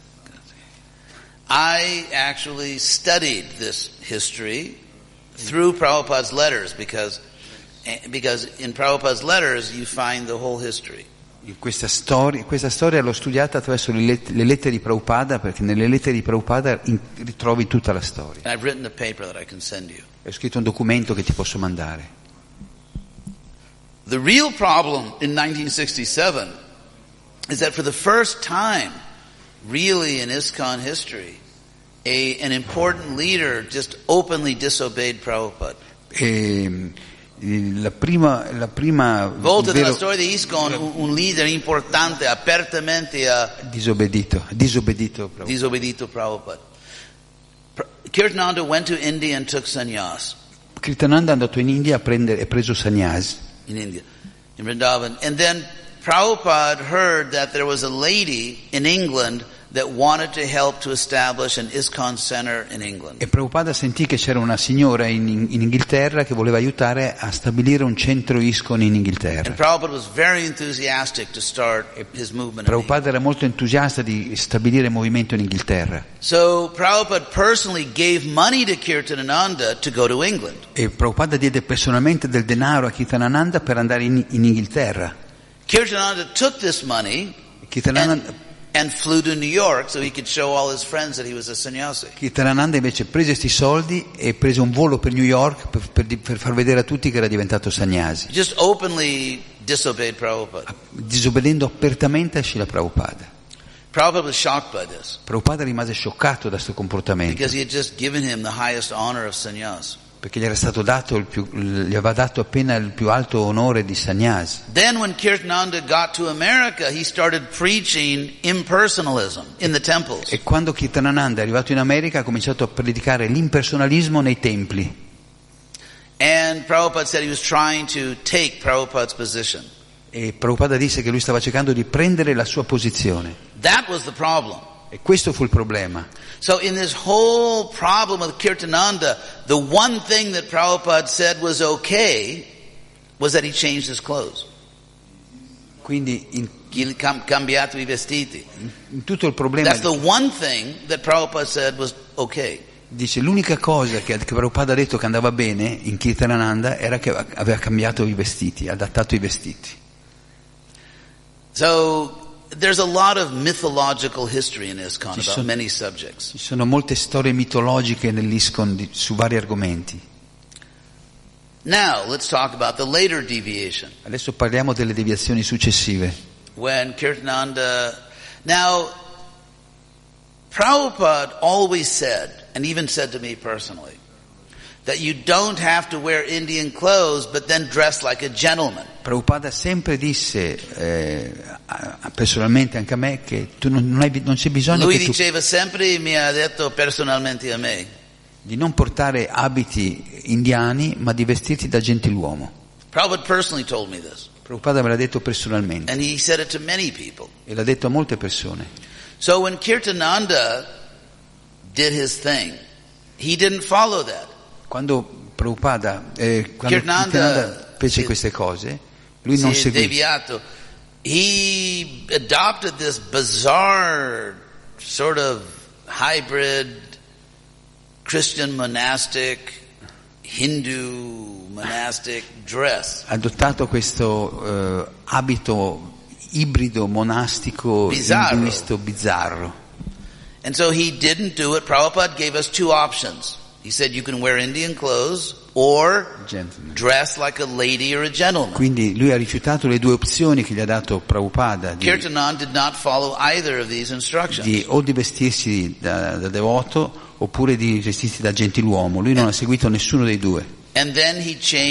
I actually studied this history through Prabhupada's letters because, because in Prabhupada's letters you find the whole history. Questa storia, questa storia l'ho studiata attraverso le, let- le lettere di Prabhupada, perché nelle lettere di Prabhupada in- ritrovi tutta la storia. And I've written a paper that I can send you. Ho scritto un documento che ti posso mandare. The real problem in nineteen sixty-seven is that for the first time, really in ISKCON history, a, an important leader just openly disobeyed Prabhupada. E, la prima, la prima Volta vero, nella storia di ISKCON un, un leader importante apertamente ha disobbedito, disobbedito Prabhupada. disobbedito Prabhupada. Pr- Kirtananda went to India and took sannyas Kirtananda è andato in India a prendere, e preso sannyas in India, in Vrindavan. And then Prabhupada heard that there was a lady in England that wanted to help to establish an ISKCON center in England. e Prabhupada sentì che c'era una signora in, in Inghilterra che voleva aiutare a stabilire un centro ISKCON in Inghilterra. And Prabhupada was very enthusiastic to start his movement. In Prabhupada era molto entusiasta di stabilire movimento in Inghilterra so Prabhupada personally gave money to Kirtananda to go to England. e Prabhupada diede personalmente del denaro a Kirtananda per andare in, in Inghilterra. Kirtananda took this money Kirtananda, and, and flew to New York so he could show all his friends that he was a sannyasi. Kirtananda invece prese questi soldi e prese un volo per New York per, per, per far vedere a tutti che era diventato sannyasi, Just openly disobeyed Prabhupada. disobbedendo apertamente a Srila Prabhupada. Prabhupada was shocked by this Prabhupada rimase scioccato da questo comportamento, because he had just given him the highest honor of sannyas. perché gli era stato dato il più, gli aveva dato appena il più alto onore di sannyas. Then when Kirtananda got to America, he started preaching impersonalism in the temples. E quando Kirtanananda è arrivato in America ha cominciato a predicare l'impersonalismo nei templi. And Prabhupada said he was trying to take Prabhupada's position. E Prabhupada disse che lui stava cercando di prendere la sua posizione. That was the problem. E questo fu il problema. So in this whole problem with Kirtananda, the one thing that Prabhupada said was okay was that he changed his clothes. Quindi in, Gli cam- cambiato i vestiti. in tutto il problema That's the one thing that Prabhupada said was okay. dice l'unica cosa che, che Prabhupada ha detto che andava bene in Kirtanananda era che aveva cambiato i vestiti, adattato i vestiti. So there's a lot of mythological history in ISKCON Ci about sono- many subjects. Ci sono molte storie mitologiche nell'ISKCON di- su vari argomenti. Now let's talk about the later deviation. Adesso parliamo delle deviazioni successive. When Kirtananda, now Prabhupada always said, and even said to me personally, that you don't have to wear Indian clothes but then dress like a gentleman. Prabhupada sempre disse, eh, a- a- personalmente anche a me, che tu non, non, hai, non c'è bisogno Lui che tu, diceva sempre, mi ha detto personalmente a me, di non portare abiti indiani, ma di vestirti da gentiluomo. Prabhupada personally told me this, Prabhupada me l'ha detto personalmente and he said it to many people. e l'ha detto a molte persone. So when Kirtananda did his thing, he didn't follow that. Quando Prabhupada, eh, quando Kirtananda Kirtananda fece si- queste cose, lui non Si è seguì. deviato. He adopted this bizarre sort of hybrid Christian monastic, Hindu monastic dress. Ha adottato questo eh, abito ibrido monastico Bizzarro. induisto bizzarro. And so he didn't do it. Prabhupada gave us two options. He said you can wear Indian clothes or Gentleman. dress like a lady or a gentleman. Quindi lui ha rifiutato le due opzioni che gli ha dato Prabhupada di, Kirtananda did not follow either of these instructions. di o di vestirsi da, da devoto oppure di vestirsi da gentiluomo. Lui non ha seguito nessuno dei due. And then he changed